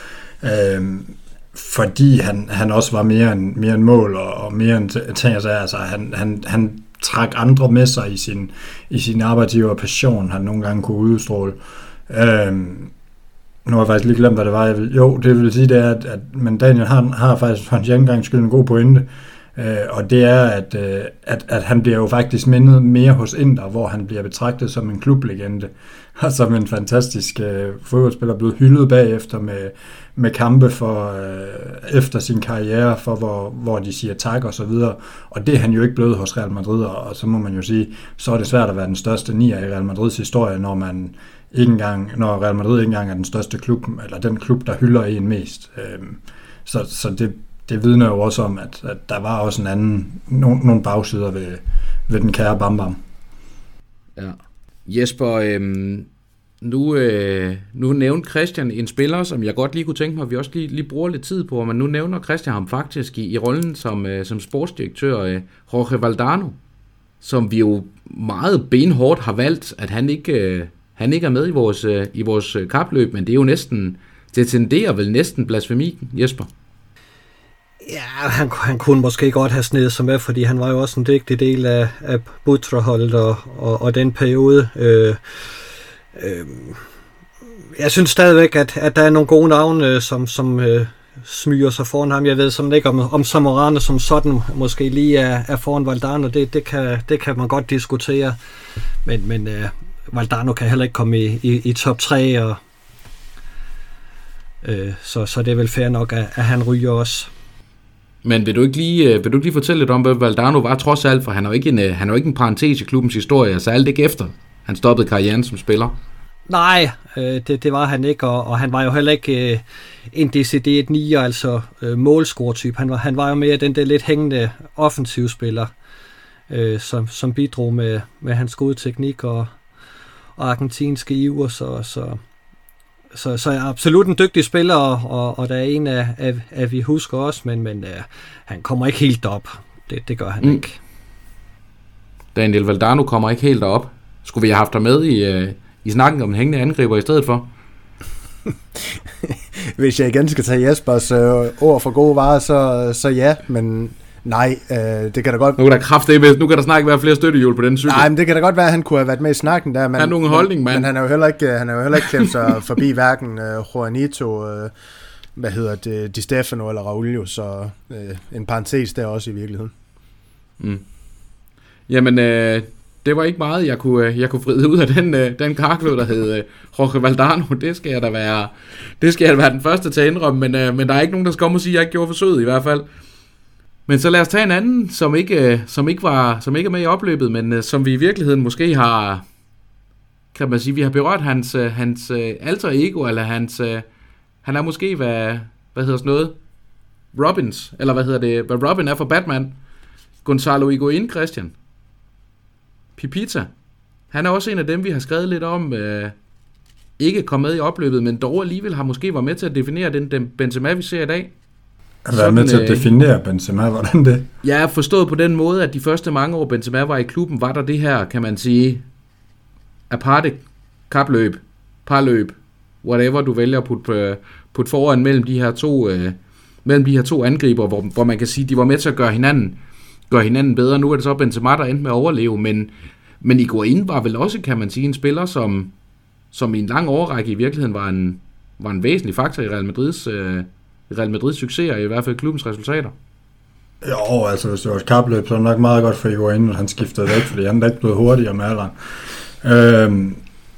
Fordi han også var mere end mål og mere end ting. Altså, han trak andre med sig i sin arbejdsgiver passion, han nogle gange kunne udstråle. Nu har jeg faktisk lige glemt, hvad det var. Det vil sige, det er, men Daniel har faktisk for hans gengang skyld en god pointe. Og det er, at han bliver jo faktisk mindet mere hos Inter, hvor han bliver betragtet som en klublegende, og som en fantastisk fodboldspiller, blevet hyldet bagefter med kampe efter sin karriere, for hvor de siger tak og så videre. Og det er han jo ikke blevet hos Real Madrid, og så må man jo sige, så er det svært at være den største nier i Real Madrids historie, når Real Madrid ikke engang er den største klub, eller den klub, der hylder en mest. Så det vidner jo også om, at der var også nogle bagsider ved den kære Bam Bam. Ja. Jesper, nu nævnte Christian en spiller, som jeg godt lige kunne tænke mig, at vi også lige bruger lidt tid på, men nu nævner Christian ham faktisk i rollen som sportsdirektør, Jorge Valdano, som vi jo meget benhårdt har valgt, at han ikke er med i vores kapløb, men det er jo næsten, det tenderer vel næsten blasfemi, Jesper. Ja, han kunne måske godt have snedet sig med, fordi han var jo også en vigtig del af Butra-holdet og den periode. Jeg synes stadigvæk, at der er nogle gode navne, som smyger sig foran ham. Jeg ved simpelthen ikke, om Zamorano som sådan måske lige er foran Valdano. Det kan man godt diskutere. Men Valdano kan heller ikke komme i top 3, og så det er vel fair nok, at han ryger også. Men vil du ikke lige fortælle lidt om, hvad Valdano var trods alt, for han er jo ikke en parentes i klubbens historie, så alt ikke efter han stoppede karrieren som spiller. Nej, det var han ikke, og han var jo heller ikke en decideret nier, altså målscore-type. Han var jo mere den der lidt hængende offensivspiller, som bidrog med hans gode teknik og argentinske iver, så er absolut en dygtig spiller, og der er en af vi husker også, men han kommer ikke helt op. Det gør han ikke. Daniel Valdano kommer ikke helt op. Skulle vi have haft ham med i snakken om hængende angriber i stedet for? Hvis jeg igen skal tage Jespers ord for gode varer, så ja, men nej, det kan da godt... Nu kan der snart ikke være flere støttehjul på den cykel. Nej, men det kan da godt være, at han kunne have været med i snakken der. Han er nogen holdning, mand. Men han er jo heller ikke klemt sig forbi hverken Juanito, Di Stefano eller Raulio, så en parentes der også i virkeligheden. Mm. Jamen, det var ikke meget, jeg kunne fride ud af den karklød, der hed Jorge Valdano. Det skal jeg da være den første til at indrømme, men der er ikke nogen, der skal komme og sige, at jeg ikke gjorde forsøget i hvert fald. Men så lad os tage en anden, som ikke er med i opløbet, men som vi i virkeligheden måske har, kan man sige, vi har berørt hans alter ego, eller han er måske, hvad hedder sådan noget, Robins, eller hvad Robin er for Batman, Gonzalo Higuaín, Christian. Pipita. Han er også en af dem, vi har skrevet lidt om, ikke kom med i opløbet, men dog alligevel har måske været med til at definere den Benzema, vi ser i dag. Han var med til at definere Benzema, hvordan det? Jeg er forstået på den måde, at de første mange år Benzema var i klubben, var der det her, kan man sige, aparte kapløb, parløb, whatever du vælger at putte foran mellem de her to angriber, hvor man kan sige, de var med til at gøre hinanden bedre. Nu er det så Benzema, der endte med at overleve, men Higuaín var vel også, kan man sige, en spiller, som i en lang årrække i virkeligheden var en væsentlig faktor i Real Madrids succeser, i hvert fald klubbens resultater. Jo, altså hvis det var et kapløb, så er det nok meget godt for Higuaín, at han skiftede væk, fordi han er ikke blevet hurtigere med alderen.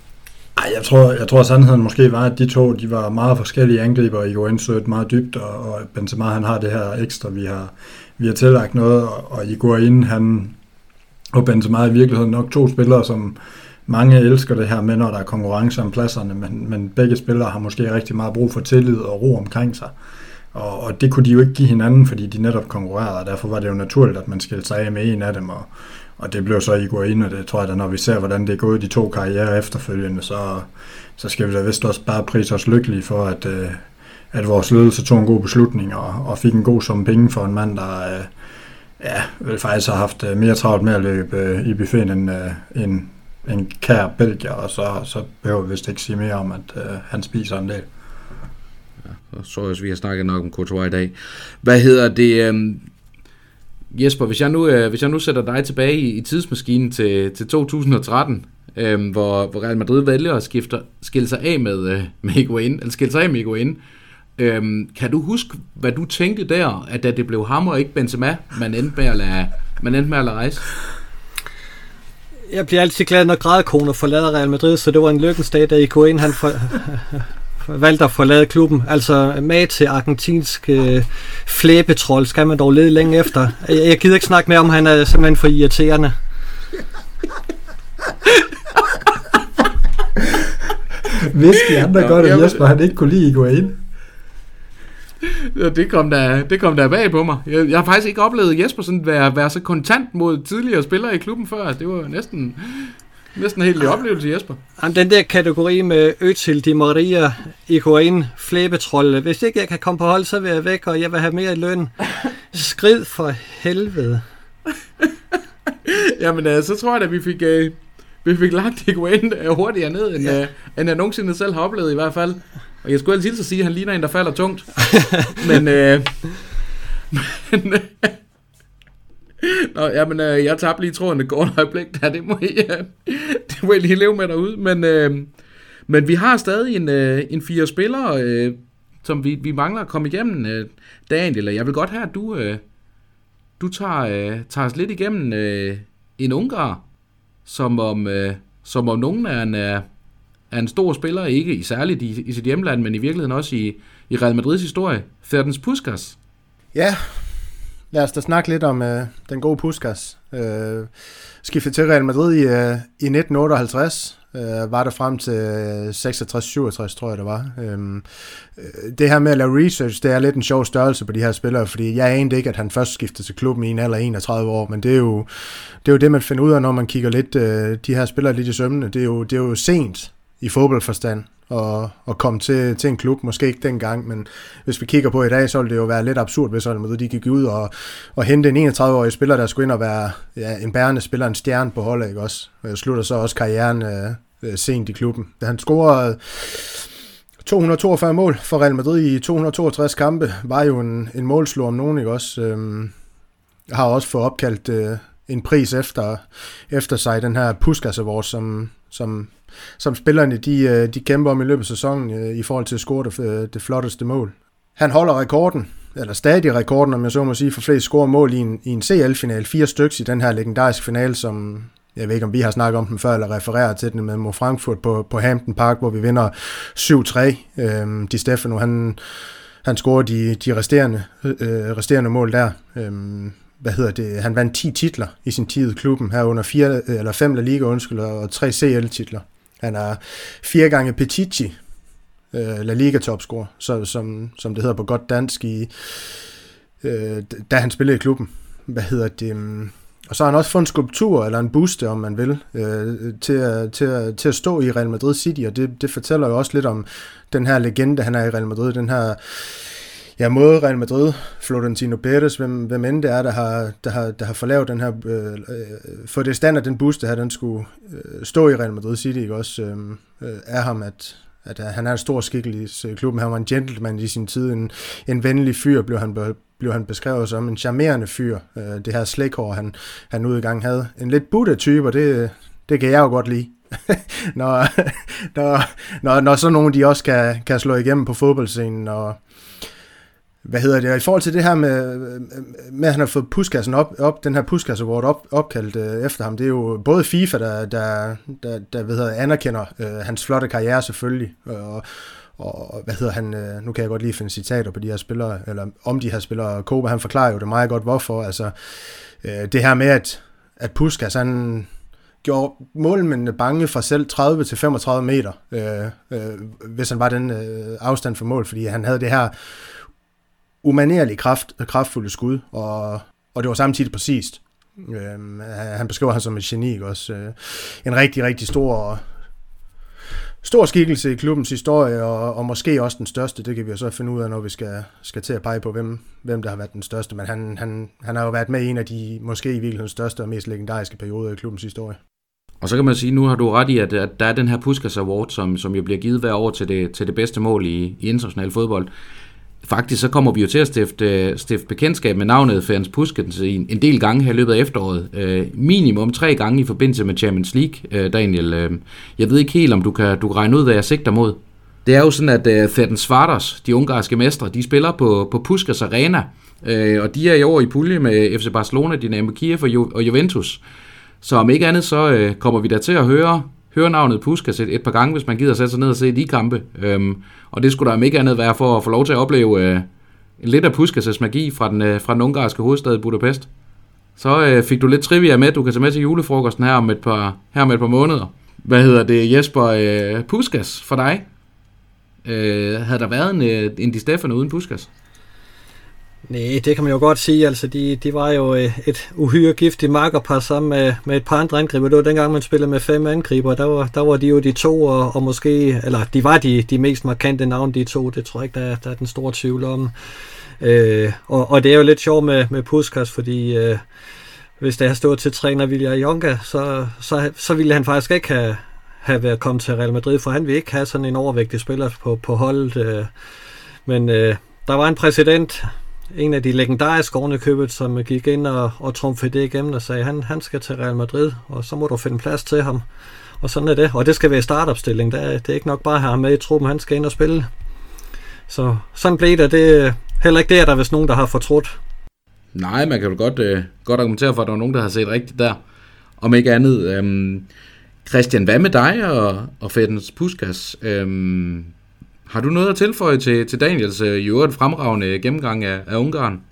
Jeg tror sandheden måske var, at de to, de var meget forskellige angriber. Higuaín søgte meget dybt, og Benzema, han har det her ekstra, vi har tillagt noget, og Higuaín, han og Benzema er i virkeligheden nok to spillere, som mange elsker det her med, når der er konkurrence om pladserne, men begge spillere har måske rigtig meget brug for tillid og ro omkring sig. Og det kunne de jo ikke give hinanden, fordi de netop konkurrerede, og derfor var det jo naturligt, at man skilte sig af med en af dem, og det blev så Higuaín, og det tror jeg da, når vi ser, hvordan det er gået de to karrierer efterfølgende, så skal vi da vist også bare prise os lykkelige for, at vores ledelse tog en god beslutning, og fik en god sum penge for en mand, Ja, jeg ville faktisk have haft mere travlt med at løbe i buffeten end en kær belgier, og så behøver vi vist ikke sige mere om, at han spiser en del. Ja, så også, vi har snakket nok om Courtois i dag. Hvad hedder det... Jesper, hvis jeg nu sætter dig tilbage i tidsmaskinen til 2013, hvor Real Madrid vælger at skille sig af med Higuaín, eller skille sig af med Higuaín, kan du huske, hvad du tænkte der, at da det blev ham og ikke Benzema, man endte med at lade rejse? Jeg bliver altid glad, når grædekoner forlader Real Madrid, så det var en lykkens dag, da Higuaín han valgte at forlade klubben. Altså med til argentinsk flæbetrol skal man dog lede længe efter. Jeg gider ikke snakke mere om, han er simpelthen for irriterende. Vidste de andre godt, at Jesper han ikke kunne lide Higuaín? Ja, det kom der bag på mig. Jeg har faktisk ikke oplevet Jesper sådan være så kontant mod tidligere spillere i klubben før. Det var næsten en helt ny oplevelse, Jesper. Den der kategori med Özil, Di Maria, Higuaín, flæbetrol. Hvis ikke jeg kan komme på hold, så vil jeg væk, og jeg vil have mere i løn. Skrid for helvede. Jamen, så tror jeg, at vi fik lagt Higuaín hurtigere ned, end jeg nogensinde selv har oplevet i hvert fald. Og jeg skulle altid hilse at sige, at han ligner en, der falder tungt. Men jeg tabte lige tråden et godt øjeblik der. Det må jeg lige leve med derude. Men vi har stadig en 4 spillere, som vi mangler at komme igennem dagen. Eller jeg vil godt have, at du tager os lidt igennem en ungar, som om nogen er en stor spiller, ikke særligt i sit hjemland, men i virkeligheden også i Real Madrids historie. Ferenc Puskás. Ja, lad os da snakke lidt om den gode Puskás. Skiftede til Real Madrid i 1958, var der frem til 66-67, tror jeg det var. Det her med at lave research, det er lidt en sjov størrelse på de her spillere, fordi jeg anede ikke, at han først skiftede til klubben i en alder 31 år, men det er jo det, man finder ud af, når man kigger lidt de her spillere lidt i sømmene. Det er jo sent i fodboldforstand at komme til en klub, måske ikke dengang, men hvis vi kigger på i dag, så ville det jo være lidt absurd, hvis de gik ud og hente en 31-årig spiller, der skulle ind og være en bærende spiller, en stjerne på holdet, ikke også? Slutter så også karrieren sent i klubben. Da han scorede 242 mål for Real Madrid i 262 kampe, var jo en målslå om nogen, ikke også? Har også fået opkaldt en pris efter sig, den her Puskás Award, som spillerne de kæmper om i løbet af sæsonen i forhold til at score det flotteste mål. Han holder rekorden, eller stadig rekorden, om jeg så må sige, for flest score mål i en CL-final. 4 stykker i den her legendariske finale, som jeg ved ikke, om vi har snakket om den før, eller refereret til den med Frankfurt på Hampden Park, hvor vi vinder 7-3. Di Stefano, han scorer de resterende mål der. Han vandt 10 titler i sin tid i klubben, herunder 5 La Liga, og 3 CL-titler. Han er 4 gange Pichichi, La Liga topscorer, som det hedder på godt dansk, da han spillede i klubben. Og så har han også fået en skulptur, eller en buste, om man vil, til at stå i Real Madrid City, og det fortæller jo også lidt om den her legende, han er i Real Madrid, den her måde Real Madrid, Florentino Pérez, hvem end det er, der har forlavet den her, for det standard, den buste her, den skulle stå i Real Madrid City, ikke også, er ham, at han er en stor skikkelse i klubben. Han var en gentleman i sin tid, en venlig fyr, blev han beskrevet som en charmerende fyr, det her slækhår, han ude i gang havde. En lidt Buddha-type, og det kan jeg jo godt lide. når så nogen de også kan slå igennem på fodboldscenen, og i forhold til det her med at han har fået Puskás op, den her Puskás Award opkaldt efter ham, det er jo både FIFA, der anerkender hans flotte karriere selvfølgelig, og nu kan jeg godt lige finde citater på de her spillere, eller om de her spillere. Koba, han forklarer jo det meget godt, hvorfor. Altså, det her med, at Puskás, han gjorde målmændene bange fra selv 30 til 35 meter, hvis han var den afstand for mål, fordi han havde det her umanerligt kraftfulde skud, og det var samtidig præcist. Han beskriver ham som et geni, også. En rigtig, rigtig stor stor skikkelse i klubbens historie, og måske også den største. Det kan vi jo så finde ud af, når vi skal til at pege på, hvem der har været den største. Men han har jo været med i en af de måske i virkeligheden største og mest legendariske perioder i klubbens historie. Og så kan man sige, nu har du ret i, at der er den her Puskás Award, som jo bliver givet hver år til det bedste mål i international fodbold. Faktisk så kommer vi jo til at stifte bekendtskab med navnet Ferenc Puskás en del gange her i løbet af efteråret. Minimum 3 gange i forbindelse med Champions League, Daniel. Jeg ved ikke helt, om du kan regne ud, hvad jeg sigter mod. Det er jo sådan, at Ferencváros, de ungarske mestre, de spiller på Puskás Arena, og de er i år i pulje med FC Barcelona, Dynamo Kiev og Juventus. Så om ikke andet, så kommer vi da til at høre navnet Puskás et par gange, hvis man gider sætte sig ned og se de kampe. Og det skulle der om ikke andet være for at få lov til at opleve lidt af Puskás' magi fra den ungarske hovedstad Budapest. Så fik du lidt trivia med, du kan tage med til julefrokosten her om et par måneder. Hvad hedder det, Jesper? Puskás for dig? Havde der været en Di Stefano uden Puskás? Nej, det kan man jo godt sige. Altså, de var jo et uhyre giftigt makkerpar sammen med et par andre angriber. Det var dengang, man spillede med 5 angriber. Der var de jo de to, og måske, eller de var de mest markante navne, de to. Det tror jeg ikke, der er den store tvivl om. Og det er jo lidt sjovt med Puskás, fordi hvis det har stået til træner Vilja Jonga, så ville han faktisk ikke have været kommet til Real Madrid, for han ville ikke have sådan en overvægtig spiller på holdet. Men der var en præsident, en af de legendariske ovenikøbet, som gik ind og trumfede det igennem og sagde, han skal til Real Madrid, og så må du finde plads til ham. Og sådan er det. Og det skal være startopstilling. Det er ikke nok bare at have ham med i truppen, han skal ind og spille. Så sådan blev det. Det er heller ikke det, at der er vist nogen, der har fortrudt. Nej, man kan jo godt argumentere for, at der var nogen, der har set rigtigt der. Om ikke andet. Christian, hvad med dig og Ferenc Puskás? Har du noget at tilføje til Daniels i øvrigt fremragende gennemgang af Ungarn?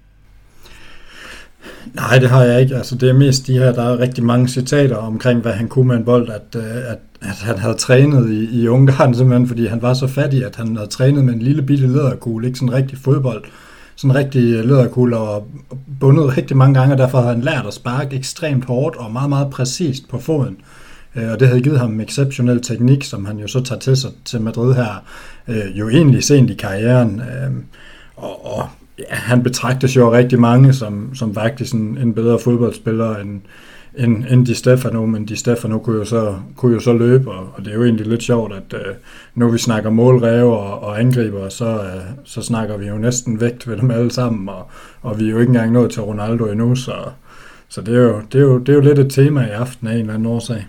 Nej, det har jeg ikke. Altså, det er mest de her, der er rigtig mange citater omkring, hvad han kunne med en bold, at han havde trænet i Ungarn, simpelthen, fordi han var så fattig, at han havde trænet med en lille bitte læderkugle, ikke sådan en rigtig fodbold, sådan en rigtig læderkugle, og bundet rigtig mange gange, og derfor havde han lært at sparke ekstremt hårdt og meget, meget præcist på foden. Og det havde givet ham exceptionel teknik, som han jo så tager til sig til Madrid her, jo egentlig sent i karrieren. Og ja, han betragtes jo rigtig mange som faktisk en bedre fodboldspiller end Di Stefano, men Di Stefano kunne jo så løbe, og det er jo egentlig lidt sjovt, at når vi snakker målræve og angriber, så snakker vi jo næsten vægt ved dem alle sammen, og vi er jo ikke engang nået til Ronaldo endnu, så det er jo lidt et tema i aften af en eller anden årsag.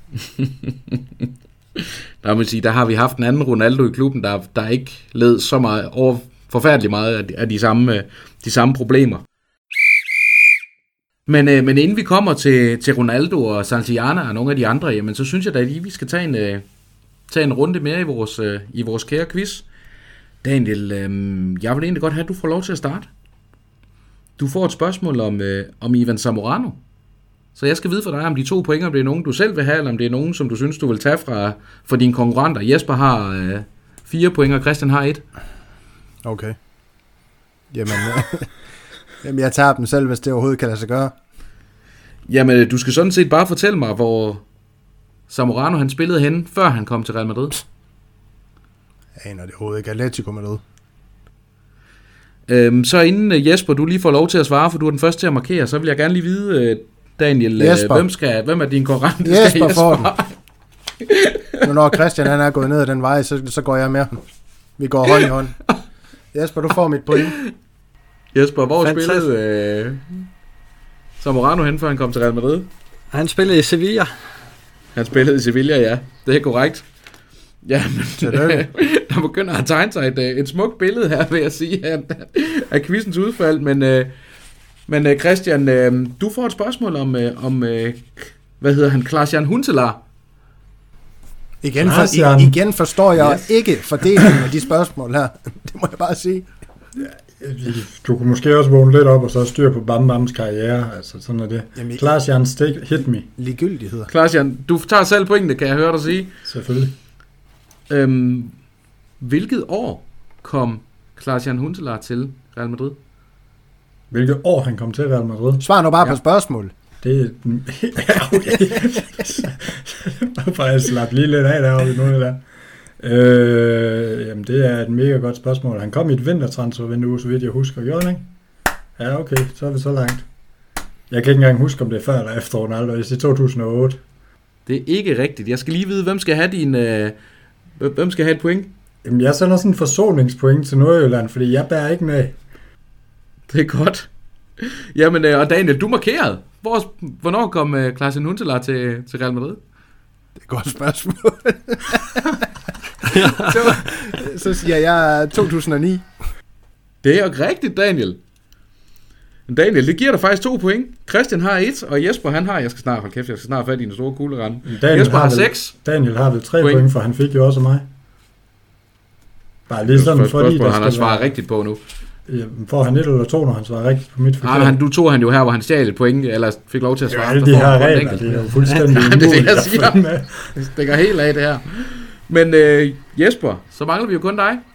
Der har vi haft en anden Ronaldo i klubben, der ikke led så meget forfærdeligt meget af de samme problemer. Men inden vi kommer til Ronaldo og Santillana og nogle af de andre, jamen, så synes jeg da lige, vi skal tage en runde mere i vores kære quiz. Daniel, jeg vil egentlig godt have, at du får lov til at starte. Du får et spørgsmål om Ivan Zamorano. Så jeg skal vide for dig, om de 2 point, om det er nogen, du selv vil have, eller om det er nogen, som du synes, du vil tage fra dine konkurrenter. Jesper har 4 point, og Christian har 1. Okay. Jamen, jeg tager dem selv, hvis det overhovedet kan lade sig gøre. Jamen, du skal sådan set bare fortælle mig, hvor Zamorano han spillede henne, før han kom til Real Madrid. Jeg aner det overhovedet ikke. Atletico Madrid. Så inden Jesper, du lige får lov til at svare, for du er den første til at markere, så vil jeg gerne lige vide, Daniel, hvem er din konkurrent? Jesper får den. Nu når Christian han er gået ned ad den vej, så går jeg med ham. Vi går hånd i hånd. Jesper, du får mit point. Jesper, hvor spillede Zamorano hen, før han kom til Real Madrid? Han spillede i Sevilla. Han spillede i Sevilla, ja. Det er korrekt. Ja, men der begynder at tegne sig et smukt billede her, vil jeg sige, af quizens udfald. Men Christian, du får et spørgsmål om hvad hedder han, Klaas-Jan Huntelaar. Igen forstår jeg ikke fordelingen af de spørgsmål her. Det må jeg bare sige. Du kunne måske også vågne lidt op og så styre på Bam Bams karriere. Altså sådan er det. Klaas-Jan, hit me. Ligegyldigheder. Klaas-Jan, du tager selv pointene, kan jeg høre dig sige. Selvfølgelig. Hvilket år kom Klaas-Jan Huntelaar til Real Madrid? Hvilket år han kom til Real Madrid? Svar nu bare på spørgsmål. Det er... okay. Nu får jeg slappe lige lidt af deroppe i noget der. Jamen, det er et mega godt spørgsmål. Han kom i et vintertransfervindue, så vidt jeg husker. Gjorde han ikke? Ja, okay, så er vi så langt. Jeg kan ikke engang huske, om det er før eller efter Ronaldo. Jeg siger 2008. Det er ikke rigtigt. Jeg skal lige vide, hvem skal have hvem skal have et point? Jamen, jeg sender sådan en forsoningspoint til Nordjylland, fordi jeg bærer ikke med. Det er godt. Jamen, og Daniel, du markerede. Hvornår kom Klaas-Jan Huntelaar til Real Madrid? Det er et godt spørgsmål. så siger jeg 2009. Det er jo rigtigt, Daniel. Daniel, det giver dig faktisk 2 point. Christian har 1, og Jesper han har... Jeg skal snart fat i en store kuglerende. Jesper har 6. Daniel har vel 3 point, for han fik jo også mig. Bare lige sådan, fordi han har svaret rigtigt på nu. Får han 1 eller 2, når han svarer rigtigt på mit forkert? Nej, du tog han jo her, hvor han stjal et point, eller fik lov til at svare. Ja, de her regler, det er jo fuldstændig umuligt. Det er det, jeg siger. Det stikker helt af, det her. Men Jesper, så mangler vi jo kun dig.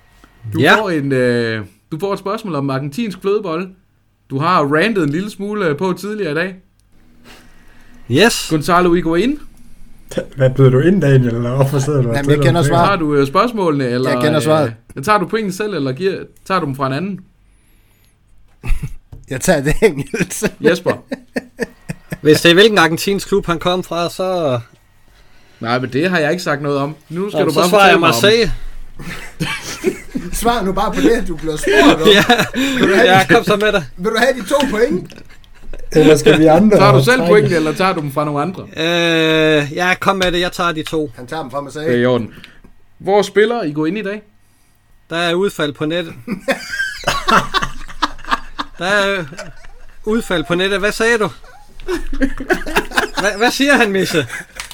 Du får et spørgsmål om argentinsk flødebolle. Du har rantet en lille smule på tidligere i dag. Yes. Gonzalo Higuaín. Hvad byder du ind, Daniel? Eller hvorfor sidder du? Jamen, jeg kender svaret. Har du spørgsmålene? Eller, jeg kender svaret. Tager du pointen selv, eller tager du dem fra en anden? Jeg tager det enkelt. Jesper. Hvis det er hvilken argentinsk klub han kom fra, så... Nej, men det har jeg ikke sagt noget om. Nu skal du så bare svarer jeg Marseille. Svar nu bare på det, du bliver spurgt om. Ja, kom så med dig. Vil du have de 2 point? Eller skal vi andre? Tager du selv pointen, eller tager du dem fra nogle andre? Ja, kom med det. Jeg tager de 2. Han tager dem fra Marseille. Det er i orden. Hvor spiller I går ind i dag? Der er udfald på nettet. Der er udfald på nettet. Hvad sagde du? Hvad siger han, Misse?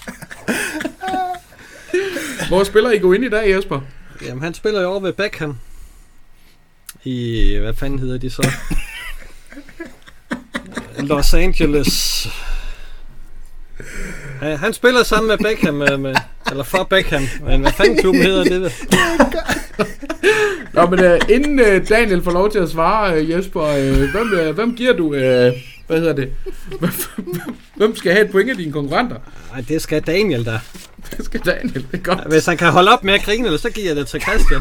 Hvor spiller I går ind i dag, Jesper? Jamen, han spiller jo over ved Beckham. I, hvad fanden hedder de så? Los Angeles. Ja, han spiller sammen med Beckham, eller for Beckham. Men hvad fanden klubben hedder det? Nå, men inden Daniel får lov til at svare, Jesper, hvem giver du, hvad hedder det? Hvem skal have et point af dine konkurrenter? Nej, det skal Daniel da. Det skal Daniel, det er godt. Hvis han kan holde op med at grine, så giver jeg det til Christian.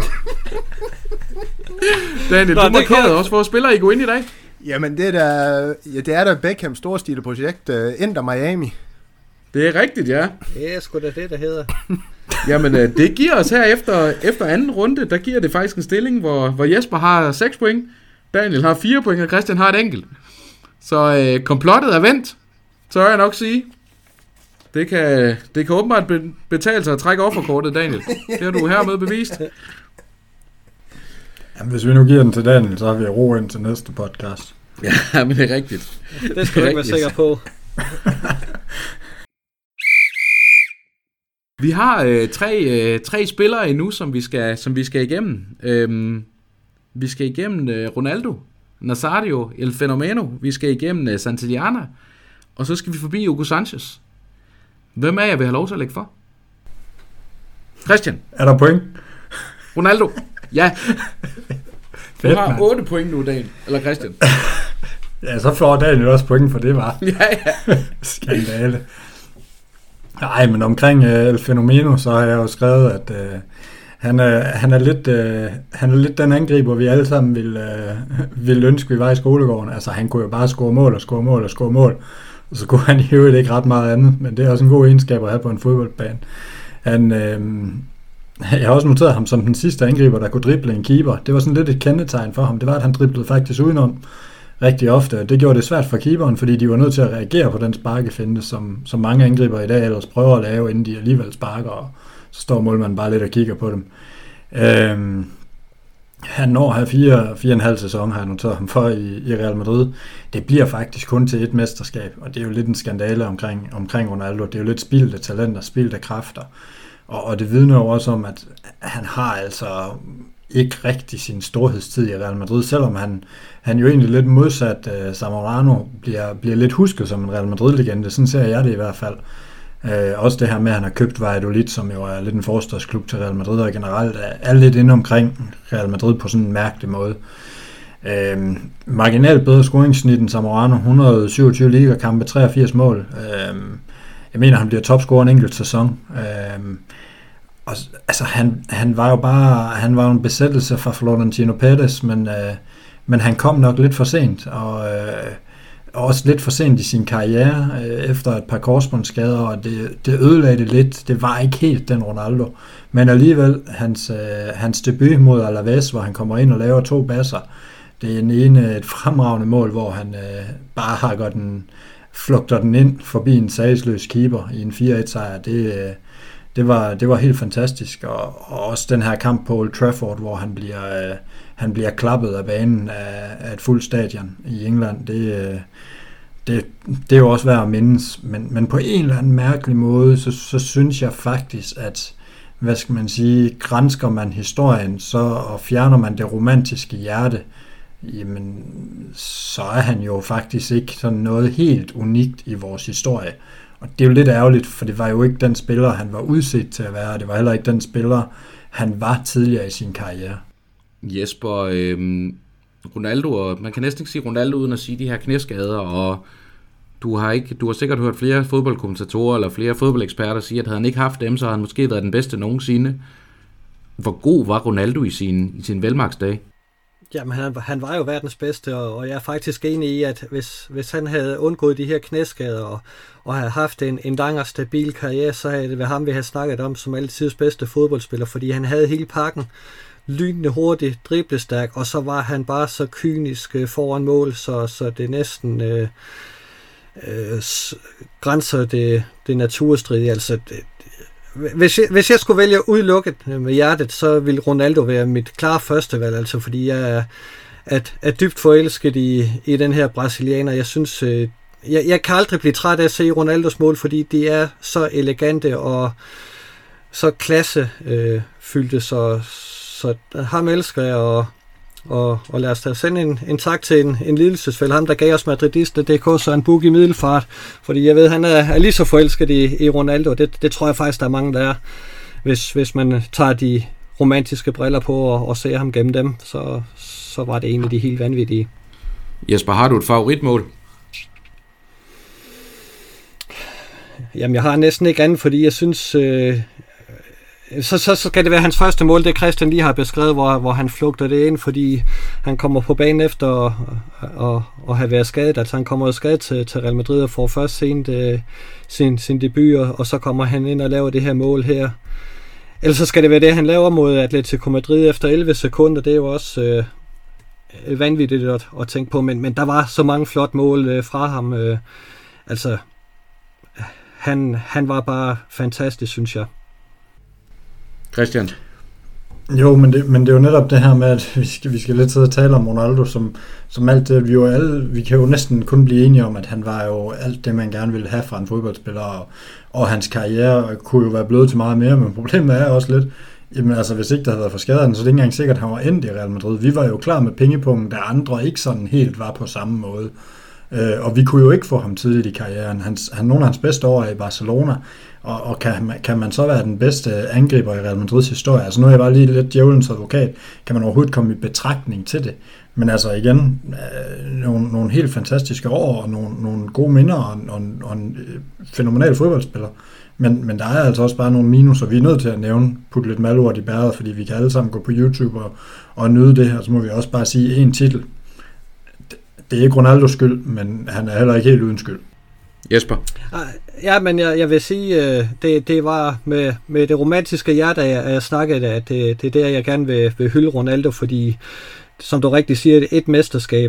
Daniel, du markerede også, hvor spiller I gå ind i dag? Jamen, det er da Beckhams storstilte projekt, Inter Miami. Det er rigtigt, ja. Det er sgu da det, der hedder. Jamen, det giver os her efter anden runde, der giver det faktisk en stilling, hvor Jesper har 6 point, Daniel har 4 point, og Christian har et enkelt. Så komplottet er vendt, så jeg nok sige. Det kan åbenbart betale sig at trække offerkortet, Daniel. Det har du hermed bevist. Jamen, hvis vi nu giver den til Daniel, så har vi ro ind til næste podcast. Ja, men det er rigtigt. Det skal du ikke være sikker på. Vi har tre spillere endnu, som vi skal igennem. Vi skal igennem Ronaldo, Nazario, El Fenomeno. Vi skal igennem Santillana. Og så skal vi forbi Hugo Sanchez. Hvem af jer vil have lov til at lægge for? Christian. Er der point? Ronaldo. Ja. Du Fedt, har man. 8 point nu, Daniel. Eller Christian. Ja, så får Daniel også point for det, var. Ja. Skandale. Nej, men omkring El Fenomeno, så har jeg jo skrevet, at han er lidt den angriber, vi alle sammen ville ønske, vi var i skolegården. Altså, han kunne jo bare score mål, og så kunne han i øvrigt ikke ret meget andet, men det er også en god egenskab at have på en fodboldbane. Jeg har også noteret ham som den sidste angriber, der kunne drible en keeper. Det var sådan lidt et kendetegn for ham. Det var, at han driblede faktisk udenom rigtig ofte. Det gjorde det svært for keeperen, fordi de var nødt til at reagere på den sparkefinte, som mange angriber i dag ellers prøver at lave, inden de alligevel sparker, og så står målmanden bare lidt og kigger på dem. Han når her 4,5 sæson, har jeg noteret ham for i Real Madrid. Det bliver faktisk kun til et mesterskab, og det er jo lidt en skandale omkring Ronaldo. Det er jo lidt spildte talenter, spildte kræfter. Og det vidner jo også om, at han har altså ikke rigtig sin storhedstid i Real Madrid, selvom han jo egentlig lidt modsat Zamorano bliver lidt husket som en Real Madrid-legende. Sådan ser jeg det i hvert fald. Også det her med, at han har købt Valladolid, som jo er lidt en forstadsklub til Real Madrid, og generelt er lidt inde omkring Real Madrid på sådan en mærkelig måde. Marginalt bedre scoringssnit end Zamorano, 127 ligakampe, 83 mål. Jeg mener, han bliver topscorer en enkelt sæson. Og, altså, han var jo en besættelse fra Florentino Pérez, men han kom nok lidt for sent, og også lidt for sent i sin karriere, efter et par korsbåndsskader, og det ødelagde det lidt. Det var ikke helt den Ronaldo. Men alligevel, hans debut mod Alaves, hvor han kommer ind og laver 2 basser, det er en ene et fremragende mål, hvor han bare flugter den ind forbi en sagsløs keeper i en 4-1-sejr. Det var helt fantastisk, og også den her kamp på Old Trafford, hvor han bliver klappet af banen af et fuldt stadion i England. Det er jo også værd at mindes, men på en eller anden mærkelig måde, så synes jeg faktisk, at hvad skal man sige, gransker man historien, og fjerner man det romantiske hjerte, jamen, så er han jo faktisk ikke sådan noget helt unikt i vores historie. Og det er jo lidt ærgerligt, for det var jo ikke den spiller, han var udset til at være, det var heller ikke den spiller, han var tidligere i sin karriere. Jesper, Ronaldo, og man kan næsten ikke sige Ronaldo uden at sige de her knæskader, og du har sikkert hørt flere fodboldkommentatorer eller flere fodboldeksperter sige, at havde han ikke haft dem, så havde han måske været den bedste nogensinde. Hvor god var Ronaldo i sin velmagsdag? Jamen, han var jo verdens bedste, og jeg er faktisk enig i, at hvis han havde undgået de her knæskader og havde haft en lang og stabil karriere, så havde det været ham, vi havde snakket om som altid bedste fodboldspiller, fordi han havde hele pakken. Lynende hurtigt, driblestærk, og så var han bare så kynisk foran mål, så det næsten grænser det naturstridige. Altså, hvis jeg skulle vælge udelukket med hjertet, så ville Ronaldo være mit klare førstevalg, altså fordi jeg er dybt forelsket i den her brasilianer. Jeg synes, jeg kan aldrig blive træt af at se Ronaldos mål, fordi de er så elegante og så klassefyldte, så ham elsker jeg, og lad os da sende en tak til en lidelsesfælde, ham der gav os Madridista.dk, så en book i middelfart, fordi jeg ved, han er lige så forelsket i Ronaldo, og det tror jeg faktisk, der er mange, der er, hvis man tager de romantiske briller på og ser ham gennem dem, så var det egentlig de helt vanvittige. Jesper, har du et favoritmål? Jamen, jeg har næsten ikke andet, fordi jeg synes... Så skal det være hans første mål, det Christian lige har beskrevet, hvor han flugter det ind, fordi han kommer på banen efter at have været skadet. Altså han kommer jo skadet til Real Madrid og får først sin debut, og så kommer han ind og laver det her mål her. Ellers så skal det være det, han laver mod Atletico Madrid efter 11 sekunder. Det er jo også vanvittigt at tænke på, men der var så mange flotte mål fra ham. Altså, han var bare fantastisk, synes jeg. Christian? Jo, men det er jo netop det her med, at vi skal lidt sidde og tale om Ronaldo, som alt det, vi kan jo næsten kun blive enige om, at han var jo alt det, man gerne ville have fra en fodboldspiller, og hans karriere kunne jo være blevet til meget mere, men problemet er også lidt, jamen altså, hvis ikke der havde været for skaderne, så er det ikke engang sikkert, at han var endt i Real Madrid. Vi var jo klar med pengepunkten, da andre ikke sådan helt var på samme måde. Og vi kunne jo ikke få ham tidligt i karrieren. Nogle af hans bedste år er i Barcelona, og kan man så være den bedste angriber i Real Madrids historie? Altså nu er jeg bare lige lidt djævelens advokat. Kan man overhovedet komme i betragtning til det? Men altså igen, nogle helt fantastiske år, og nogle gode minder, og en fænomenal fodboldspiller. Men der er altså også bare nogle minuser, vi er nødt til at nævne, putte lidt malurt i bæret, fordi vi kan alle sammen gå på YouTube og nyde det her. Så må vi også bare sige en titel. Det er ikke Ronaldos skyld, men han er heller ikke helt uden skyld. Jesper? Ja, men jeg vil sige, det var med det romantiske hjerte, jeg snakkede, at det er der, jeg gerne vil hylde Ronaldo, fordi, som du rigtig siger, det er et mesterskab,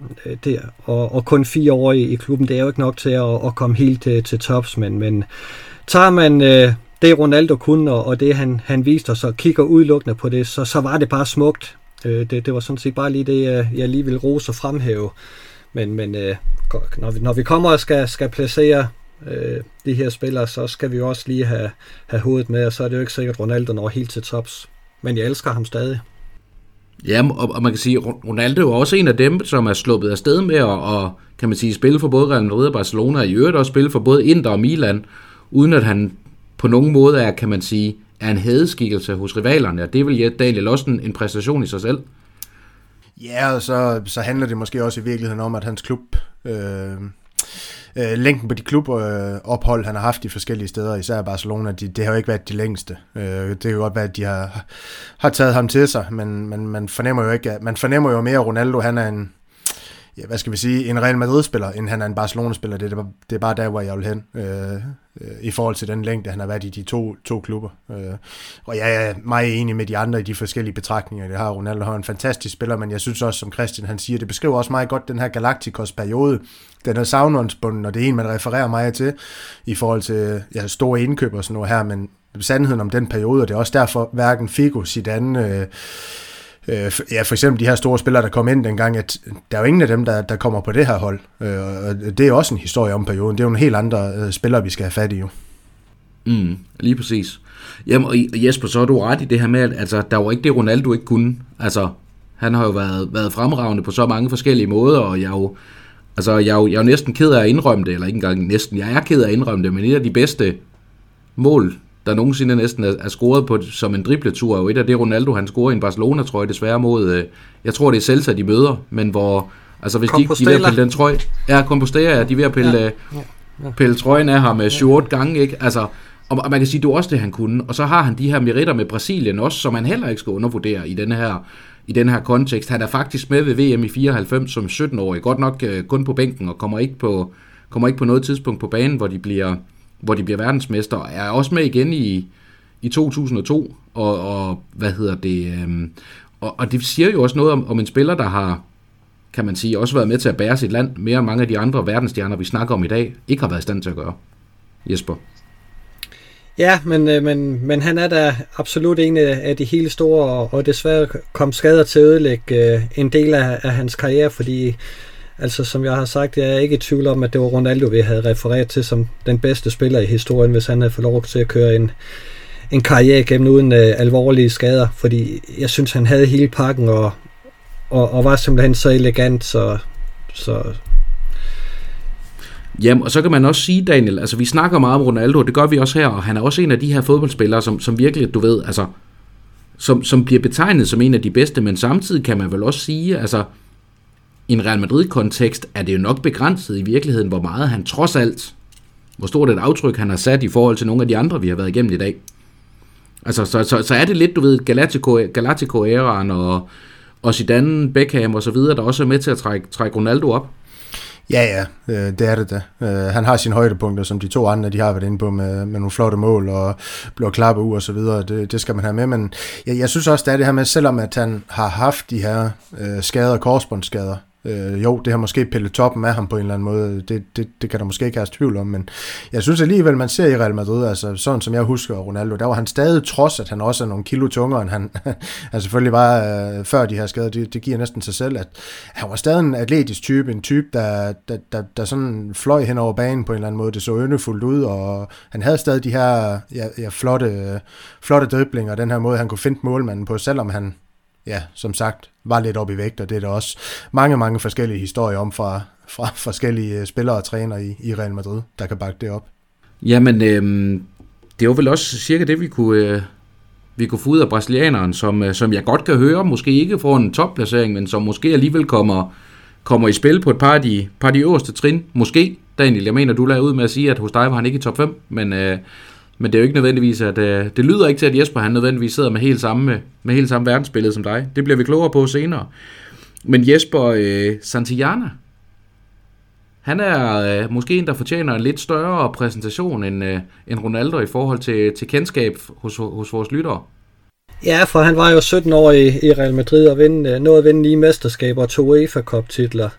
og kun 4 år i klubben, det er jo ikke nok til at komme helt til tops, men tager man det Ronaldo kunne, og det han viste, og så kigger udelukkende på det, så var det bare smukt. Det var sådan set bare lige det, jeg lige vil rose og fremhæve. Men når vi kommer og skal placere de her spillere, så skal vi jo også lige have hovedet med, og så er det jo ikke sikkert, Ronaldo når helt til tops. Men jeg elsker ham stadig. Ja, og man kan sige, Ronaldo er også en af dem, som er sluppet afsted med at kan man sige, spille for både Real Madrid og Barcelona, og i øvrigt også spille for både Inter og Milan, uden at han på nogen måde er, kan man sige, er en hædeskikkelse hos rivalerne, og det vil Daniel også en præstation i sig selv. Ja, og så handler det måske også i virkeligheden om, at hans klub længden på de klubophold, han har haft i forskellige steder, især Barcelona, det har jo ikke været de længste. Det kan godt være, at de har taget ham til sig, men man fornemmer jo ikke, man fornemmer jo mere, at Ronaldo, han er en, ja, hvad skal vi sige, en Real Madrid-spiller, end han er en Barcelona-spiller. Det er bare der, hvor jeg vil hen, i forhold til den længde, han har været i de to klubber. Og jeg er meget enig med de andre i de forskellige betragtninger. Det har Ronaldo, har en fantastisk spiller, men jeg synes også, som Christian han siger, det beskriver også meget godt den her Galacticos-periode. Den er savnåndsbunden, og det er en, man refererer meget til, i forhold til store indkøb og sådan noget her, men sandheden om den periode, og det er også derfor, hverken Figo, Zidane, for eksempel de her store spillere, der kom ind dengang, at der er jo ingen af dem, der kommer på det her hold. Og det er også en historie om perioden. Det er jo en helt andre spillere, vi skal have fat i jo. Lige præcis. Jamen, og Jesper, så er du ret i det her med, at altså, der var ikke det, Ronaldo ikke kunne. Altså, han har jo været fremragende på så mange forskellige måder, og jeg er jo næsten ked af at indrømme det, eller ikke engang næsten, jeg er ked af at indrømme det, men et af de bedste mål, der nogensinde næsten er scoret på som en dribletur, og et af det Ronaldo, han scorer i en Barcelona, tror jeg desværre mod, jeg tror det er Celta, de møder, men hvor, altså hvis de er ved at pille den trøje, Compostela, de er ved at pille trøjen af ham 7-8 gange, ikke? Altså, og man kan sige, det er også det, han kunne, og så har han de her meritter med Brasilien også, som man heller ikke skal undervurdere i den her kontekst. Han er faktisk med ved VM i 94 som 17-årig, godt nok kun på bænken, og kommer ikke på noget tidspunkt på banen, hvor de bliver verdensmester, og er også med igen i 2002, og og det siger jo også noget om en spiller, der har, kan man sige, også været med til at bære sit land, mere end mange af de andre verdensstjerner, vi snakker om i dag, ikke har været i stand til at gøre. Jesper? Ja, men han er da absolut en af de helt store, og desværre kom skader til at ødelægge en del af hans karriere, fordi altså, som jeg har sagt, jeg er ikke i tvivl om, at det var Ronaldo, vi havde refereret til som den bedste spiller i historien, hvis han havde fået lov til at køre en karriere igennem uden alvorlige skader, fordi jeg synes, han havde hele pakken, og var simpelthen så elegant, så. Jamen, og så kan man også sige, Daniel, altså vi snakker meget om Ronaldo, det gør vi også her, og han er også en af de her fodboldspillere, som virkelig, du ved, altså, som bliver betegnet som en af de bedste, men samtidig kan man vel også sige, altså, i en Real Madrid-kontekst er det jo nok begrænset i virkeligheden, hvor meget han trods alt, hvor stort et aftryk han har sat i forhold til nogle af de andre, vi har været igennem i dag. Altså, så er det lidt, du ved, Galactico-æraen og Zidane, Beckham og så videre, der også er med til at trække Ronaldo op. Ja, det er det da. Han har sine højdepunkter, som de to andre, de har været inde på med nogle flotte mål og bliver klappet ud og så videre. Det skal man have med, men jeg synes også, det er det her med, selvom at han har haft de her skader, korsbåndsskader, jo, det har måske pillet toppen af ham på en eller anden måde, det kan der måske ikke have tvivl om, men jeg synes alligevel, man ser i Real Madrid, altså sådan som jeg husker Ronaldo, der var han stadig, trods at han også er nogle kilo tungere, end han selvfølgelig var før de her skader, det giver næsten sig selv, at han var stadig en atletisk type, en type, der sådan fløj hen over banen på en eller anden måde, det så yndefuldt ud, og han havde stadig de her flotte driblinger, den her måde, han kunne finde målmanden på, selvom han som sagt, var lidt op i vægt, og det er der også mange forskellige historier om fra forskellige spillere og trænere i Real Madrid, der kan bakke det op. Jamen, det var vel også cirka det, vi kunne få ud af brasilianeren, som jeg godt kan høre, måske ikke får en topplacering, men som måske alligevel kommer i spil på et par af de øverste trin. Måske, Daniel, jeg mener, du lader ud med at sige, at hos dig var han ikke i top 5, men det er jo ikke nødvendigvis, at det lyder ikke til, at Jesper han nødvendigvis sidder med helt samme verdensbillede som dig. Det bliver vi klogere på senere. Men Jesper Santillana, han er måske en, der fortjener en lidt større præsentation end Ronaldo i forhold til kendskab hos vores lyttere. Ja, for han var jo 17 år i Real Madrid og nåede at vinde 9 mesterskaber og 2 UEFA Cup-titler.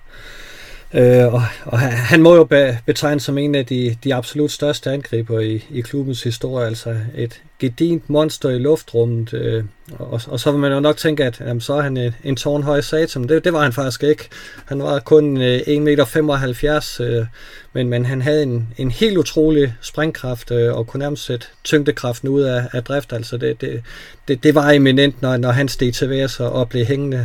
Og han må jo betegnes som en af de absolut største angriber i klubbens historie, altså et gedint monster i luftrummet, og så vil man jo nok tænke, at så er han en tårnhøj satan. Det var han faktisk ikke. Han var kun 1,75 meter, men han havde en helt utrolig springkraft og kunne nærmest sætte tyngdekraften ud af drift. Altså det var eminent, når han steg til værs og blev hængende.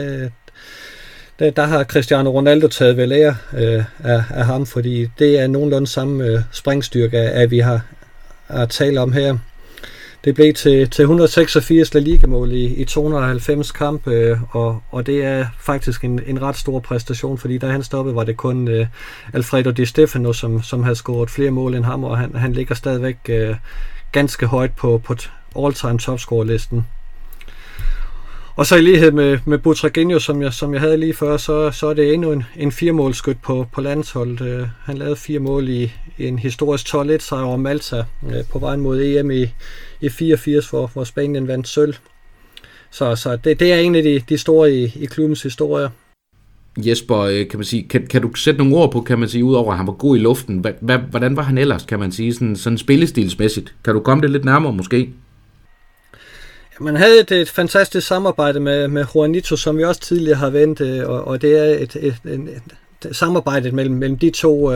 Der har Cristiano Ronaldo taget ved lære af ham, fordi det er nogenlunde samme springstyrke, at vi har talt om her. Det blev til 186 La Liga-mål i 290 kampe, og det er faktisk en ret stor præstation, fordi da han stoppede, var det kun Alfredo Di Stefano, som havde scoret flere mål end ham, og han ligger stadigvæk ganske højt på all-time topscore-listen. Og så i lighed med Butragueño, som jeg havde lige før, så er det endnu en 4-målskyt på landsholdet. Han lavede 4 mål i en historisk 12-1-sejr over Malta på vejen mod EM i 84, hvor Spanien vandt sølv. Så det er en af de store i klubbens historie. Jesper, kan man sige, kan du sætte nogle ord på, kan man sige, udover at han var god i luften, hvordan var han ellers, kan man sige, sådan spillestilsmæssigt? Kan du komme det lidt nærmere måske? Man havde et fantastisk samarbejde med Juanito, som vi også tidligere har vendt, og det er et samarbejde mellem de to,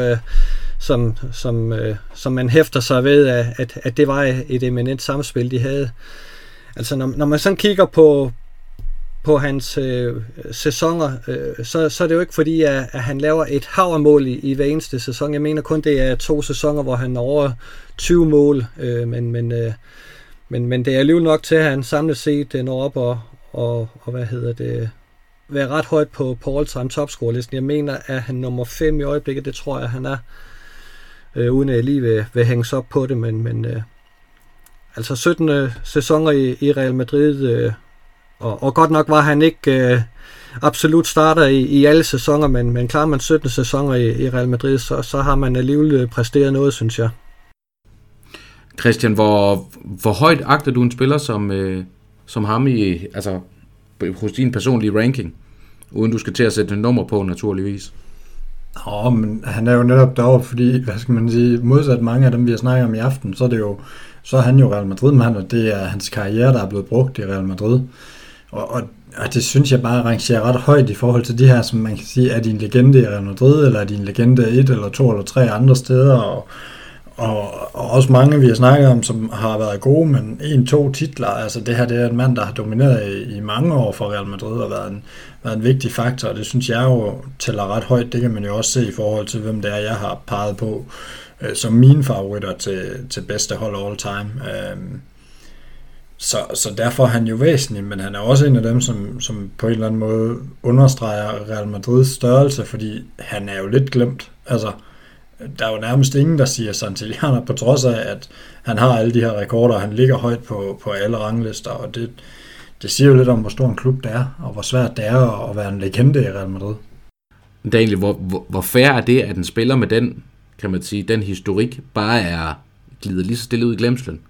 som man hæfter sig ved, at det var et eminent samspil, de havde. Altså når man sådan kigger på hans sæsoner, så er det jo ikke fordi, at han laver et hav af mål i hver eneste sæson. Jeg mener kun, det er 2 sæsoner, hvor han over 20 mål, men det er alligevel nok til, at han samlet set når op og være ret højt på all-time topscore-listen. Jeg mener, at han nummer 5 i øjeblikket, det tror jeg, han er, uden at jeg lige vil hænges op på det, men altså 17 sæsoner i Real Madrid, og godt nok var han ikke absolut starter i alle sæsoner, men klarer man 17 sæsoner i Real Madrid, så har man alligevel præsteret noget, synes jeg. Christian, hvor højt agter du en spiller som ham hos din personlige ranking, uden du skal til at sætte et nummer på, naturligvis? Men han er jo netop deroppe, fordi, hvad skal man sige, modsat mange af dem, vi har snakket om i aften, så er han jo Real Madrid-mand, og det er hans karriere, der er blevet brugt i Real Madrid. Og det synes jeg bare rangerer ret højt i forhold til de her, som man kan sige, er de en legende i Real Madrid, eller er de en legende 1 eller 2 eller 3 andre steder, og også mange, vi har snakket om, som har været gode, men 1-2 titler, altså det her, det er en mand, der har domineret i mange år for Real Madrid, og været en vigtig faktor, og det synes jeg jo tæller ret højt. Det kan man jo også se i forhold til, hvem det er, jeg har peget på som mine favoritter til bedste hold all time. Så derfor er han jo væsentlig, men han er også en af dem, som på en eller anden måde understreger Real Madrids størrelse, fordi han er jo lidt glemt. Altså, der er jo nærmest ingen, der siger Santillana, på trods af, at han har alle de her rekorder, og han ligger højt på alle ranglister, og det siger jo lidt om, hvor stor en klub det er, og hvor svært det er at være en legende i Real Madrid. Det er egentlig, hvor fair er det, at en spiller med den, kan man sige, den historik, bare er glider lige så stille ud i glemslen?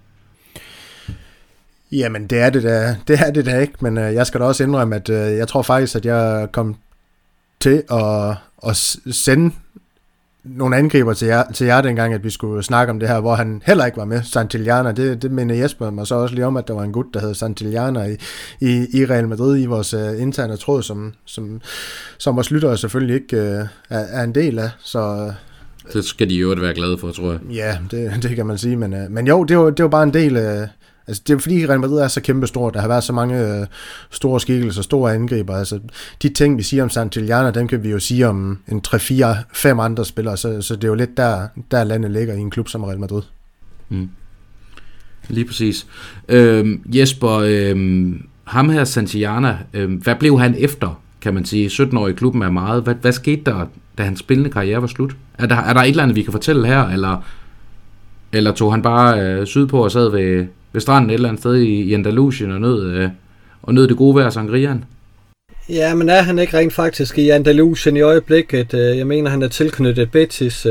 Jamen, det er det da ikke, men jeg skal da også indrømme, at jeg tror faktisk, at jeg kom til at sende nogle angriber til jer dengang, at vi skulle snakke om det her, hvor han heller ikke var med, Santillana. Det minder Jesper mig så også lige om, at der var en gut, der hed Santillana i Real Madrid i vores interne tråd, som vores lyttere selvfølgelig ikke er en del af. Så det skal de jo være glade for, tror jeg. Ja, det kan man sige, men jo, det var bare en del af. Altså, det er fordi Real Madrid er så kæmpe stort, der har været så mange store skikkelser, store angriber. Altså, de ting, vi siger om Santillana, dem kan vi jo sige om en 3-4-5 andre spillere, så det er jo lidt der landet ligger i en klub som Real Madrid. Mm. Lige præcis. Jesper, ham her Santillana, hvad blev han efter, kan man sige? 17 år i klubben er meget. Hvad skete der, da hans spillende karriere var slut? Er der et eller andet, vi kan fortælle her, eller tog han bare sydpå og sad ved stranden et eller andet sted i Andalusien og nød det gode vejr Sangrian? Ja, men er han ikke rent faktisk i Andalusien i øjeblikket? Jeg mener, han er tilknyttet Betis,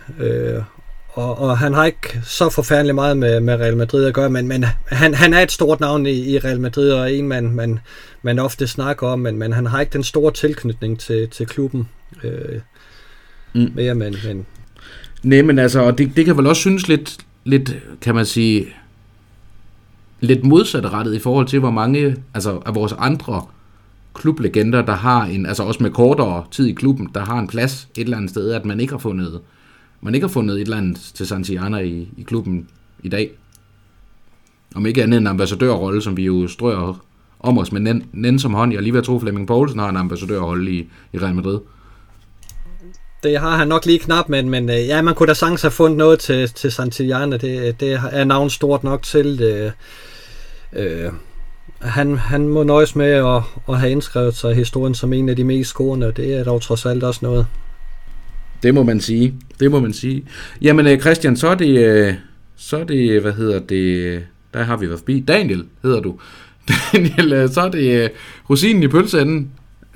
og han har ikke så forfærdeligt meget med Real Madrid at gøre, men han er et stort navn i Real Madrid, og en man ofte snakker om, men han har ikke den store tilknytning til klubben. Mere, men nej, men altså, og det kan vel også synes lidt, kan man sige, lidt modsatrettet i forhold til, hvor mange altså, af vores andre klublegender, der har altså også med kortere tid i klubben, der har en plads et eller andet sted, at man ikke har fundet et eller andet til Santillana i klubben i dag. Om ikke andet en ambassadørrolle, som vi jo strøger om os med som hånd. Jeg lige ved at tro, Flemming Poulsen har en ambassadørrolle i Real Madrid. Det har han nok lige knap, men ja, man kunne da sagtens have fundet noget til Santillana. Det er navn stort nok til det. Han må nøjes med at have indskrevet sig i historien som en af de mest scorende, og det er dog trods alt også noget. Det må man sige. Jamen Christian, så er det, hvad hedder det, der har vi været forbi. Daniel hedder du. Daniel, så er det rosinen i pølseenden.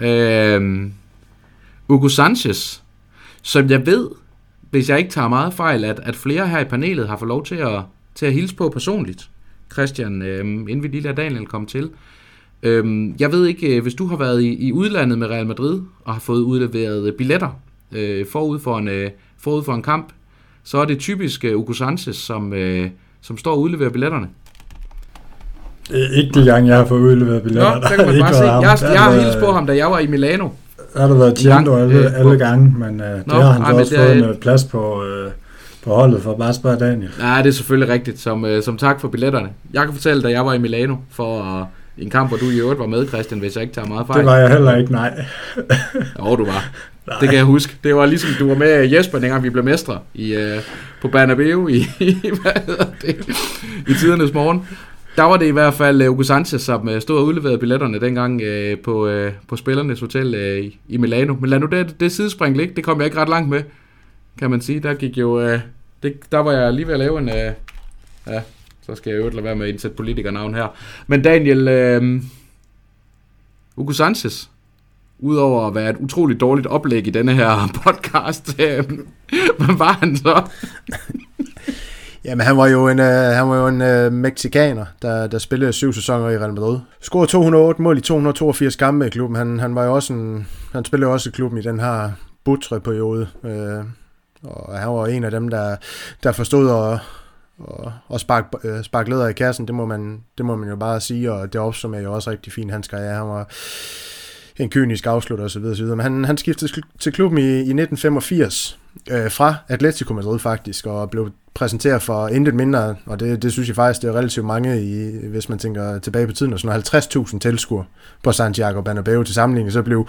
Hugo Sanchez, som jeg ved, hvis jeg ikke tager meget fejl, at flere her i panelet har fået lov til at hilse på personligt. Christian, inden vi lige lader Daniel komme til. Jeg ved ikke, hvis du har været i udlandet med Real Madrid og har fået udleveret billetter forud for en kamp, så er det typisk Hugo Sanchez, som står og udleverer billetterne. Ikke de gange, jeg har fået udleveret billetter. Nå, der kan man bare se. Jeg har hilst på ham, da jeg var i Milano. Der har været Tiendo alle gange, men det har han så også fået en plads på holdet for bare at spørge Daniel. Nej, det er selvfølgelig rigtigt, som tak for billetterne. Jeg kan fortælle, da jeg var i Milano for en kamp, hvor du i øvrigt var med, Christian, hvis jeg ikke tager meget fejl. Det var jeg heller ikke, nej. Jo, du var. Nej. Det kan jeg huske. Det var ligesom, du var med Jesper, dengang vi blev mestre på Bernabeu i tidernes morgen. Der var det i hvert fald Hugo Sanchez, som stod og udleverede billetterne dengang på Spillernes Hotel i Milano. Men lad nu det sidespring ligge. Det kom jeg ikke ret langt med, kan man sige. Der gik jo... der var jeg lige ved at lave en... så skal jeg jo lade være med at indsætte politikernavn her. Men Daniel... Hugo Sanchez, udover at være et utroligt dårligt oplæg i denne her podcast, hvad var han så? Jamen, han var jo en mexikaner, der spillede 7 sæsoner i Real Madrid. Scorede 208 mål i 282 kampe i klubben. Han var jo også han spillede også i klubben i den her Butre-periode. Og han var en af dem, der forstod at sparke leder i kassen. Det må man jo bare sige, og det opsummerer jo også rigtig fint hans karriere. Han var en kynisk afslutter osv. Men han skiftede til klubben i 1985 fra Atletico Madrid faktisk, og blev præsenteret for intet mindre, og det synes jeg faktisk, det er relativt mange, hvis man tænker tilbage på tiden, og sådan 50.000 tilskuere på Santiago Bernabeu. Til sammenligning, så blev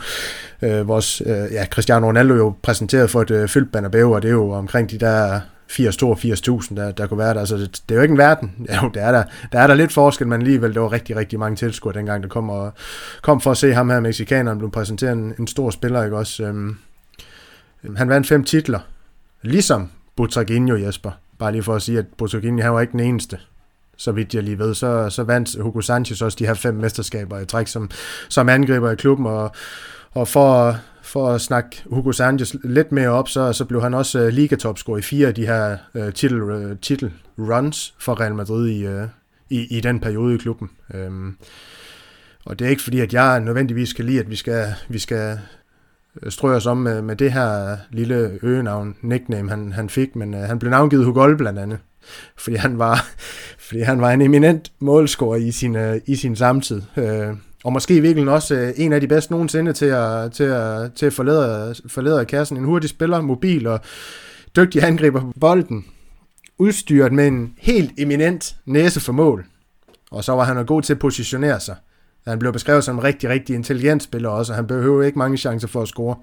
Cristiano Ronaldo jo præsenteret for et fyldt Bernabeu, og det er jo omkring de der 82.000, der kunne være der. Altså, det er jo ikke en verden. Jo, der er der lidt forskel, men alligevel, der var rigtig, rigtig mange tilskuere dengang, der kom for at se ham her, mexikaneren, blev præsenteret en stor spiller, ikke også? Han vandt 5 titler, ligesom Butragueño, Jesper. Bare lige for at sige, at Butragueño, han var ikke den eneste, så vidt jeg lige ved. Så vandt Hugo Sanchez også de her 5 mesterskaber i træk som angriber i klubben, og for at snakke Hugo Sanchez lidt mere op, så blev han også ligatopscorer i 4 af de her titel runs for Real Madrid i den periode i klubben. Og det er ikke fordi, at jeg nødvendigvis kan lide, at vi skal strøge os om med det her lille øgenavn, nickname han fik, men han blev navngivet Hugol blandt andet, fordi han var en eminent målscorer i sin samtid. Og måske virkelig også en af de bedste nogensinde til at forlade kassen. En hurtig spiller, mobil og dygtig angriber på bolden. Udstyret med en helt eminent næse for mål. Og så var han god til at positionere sig. Han blev beskrevet som en rigtig, rigtig intelligent spiller også, og han behøver ikke mange chancer for at score.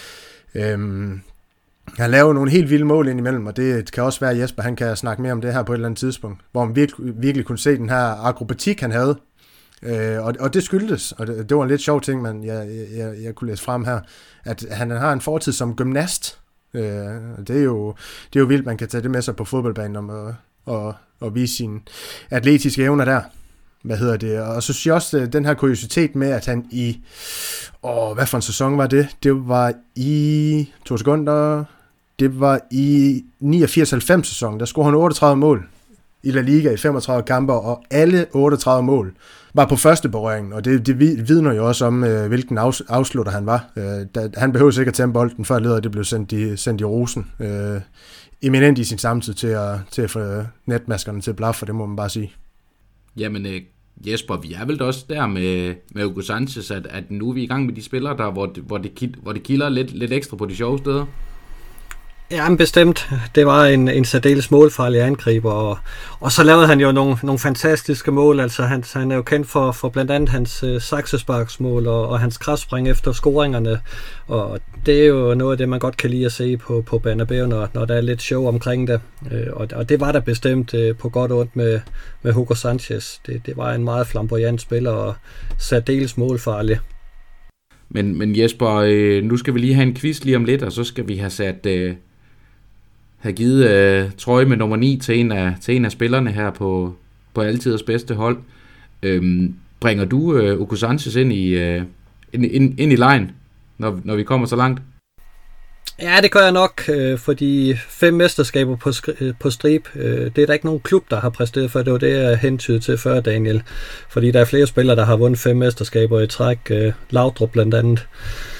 Han lavede nogle helt vilde mål indimellem, og det kan også være, at Jesper han kan snakke mere om det her på et eller andet tidspunkt, hvor man virkelig kunne se den her akrobatik, han havde. Og det skyldtes, og det var en lidt sjov ting, men jeg kunne læse frem her, at han har en fortid som gymnast. Det er jo vildt, man kan tage det med sig på fodboldbanen og vise sine atletiske evner der. Og så synes jeg også den her kuriositet med, at han hvad for en sæson var det? Det var i 2 sekunder. Det var i 89-90 sæson. Der scorede han 38 mål i La Liga i 35 kampe, og alle 38 mål var på første berøring, og det vidner jo også om, hvilken afslutter han var. Han behøvede ikke at tage bolden, før leder det blev sendt i rosen. Eminent i sin samtid til at få netmaskerne til at blaffe, det må man bare sige. Jamen Jesper, vi er vel også der med Hugo Sanchez, at nu er vi i gang med de spillere der, hvor det kilder lidt ekstra på de sjove steder. Ja, men bestemt. Det var en særdeles målfarlig angriber, og så lavede han jo nogle fantastiske mål. Altså han er jo kendt for blandt andet hans saksesparksmål og hans kraftspring efter scoringerne, og det er jo noget af det, man godt kan lide at se på Bernabeu, når der er lidt show omkring det. Og det var der bestemt på godt og ondt med Hugo Sanchez. Det var en meget flamboyant spiller og særdeles målfarlig. Men Jesper, nu skal vi lige have en quiz lige om lidt, og så skal vi have givet trøje med nummer 9 til en af spillerne her på altiders bedste hold. Bringer du Hugo Sanchez ind i lejen, når vi kommer så langt? Ja, det gør jeg nok, fordi 5 mesterskaber på strip, det er der ikke nogen klub, der har præsteret for. Det var det, jeg hentydede til før, Daniel. Fordi der er flere spillere, der har vundet 5 mesterskaber i træk. Laudrup blandt andet.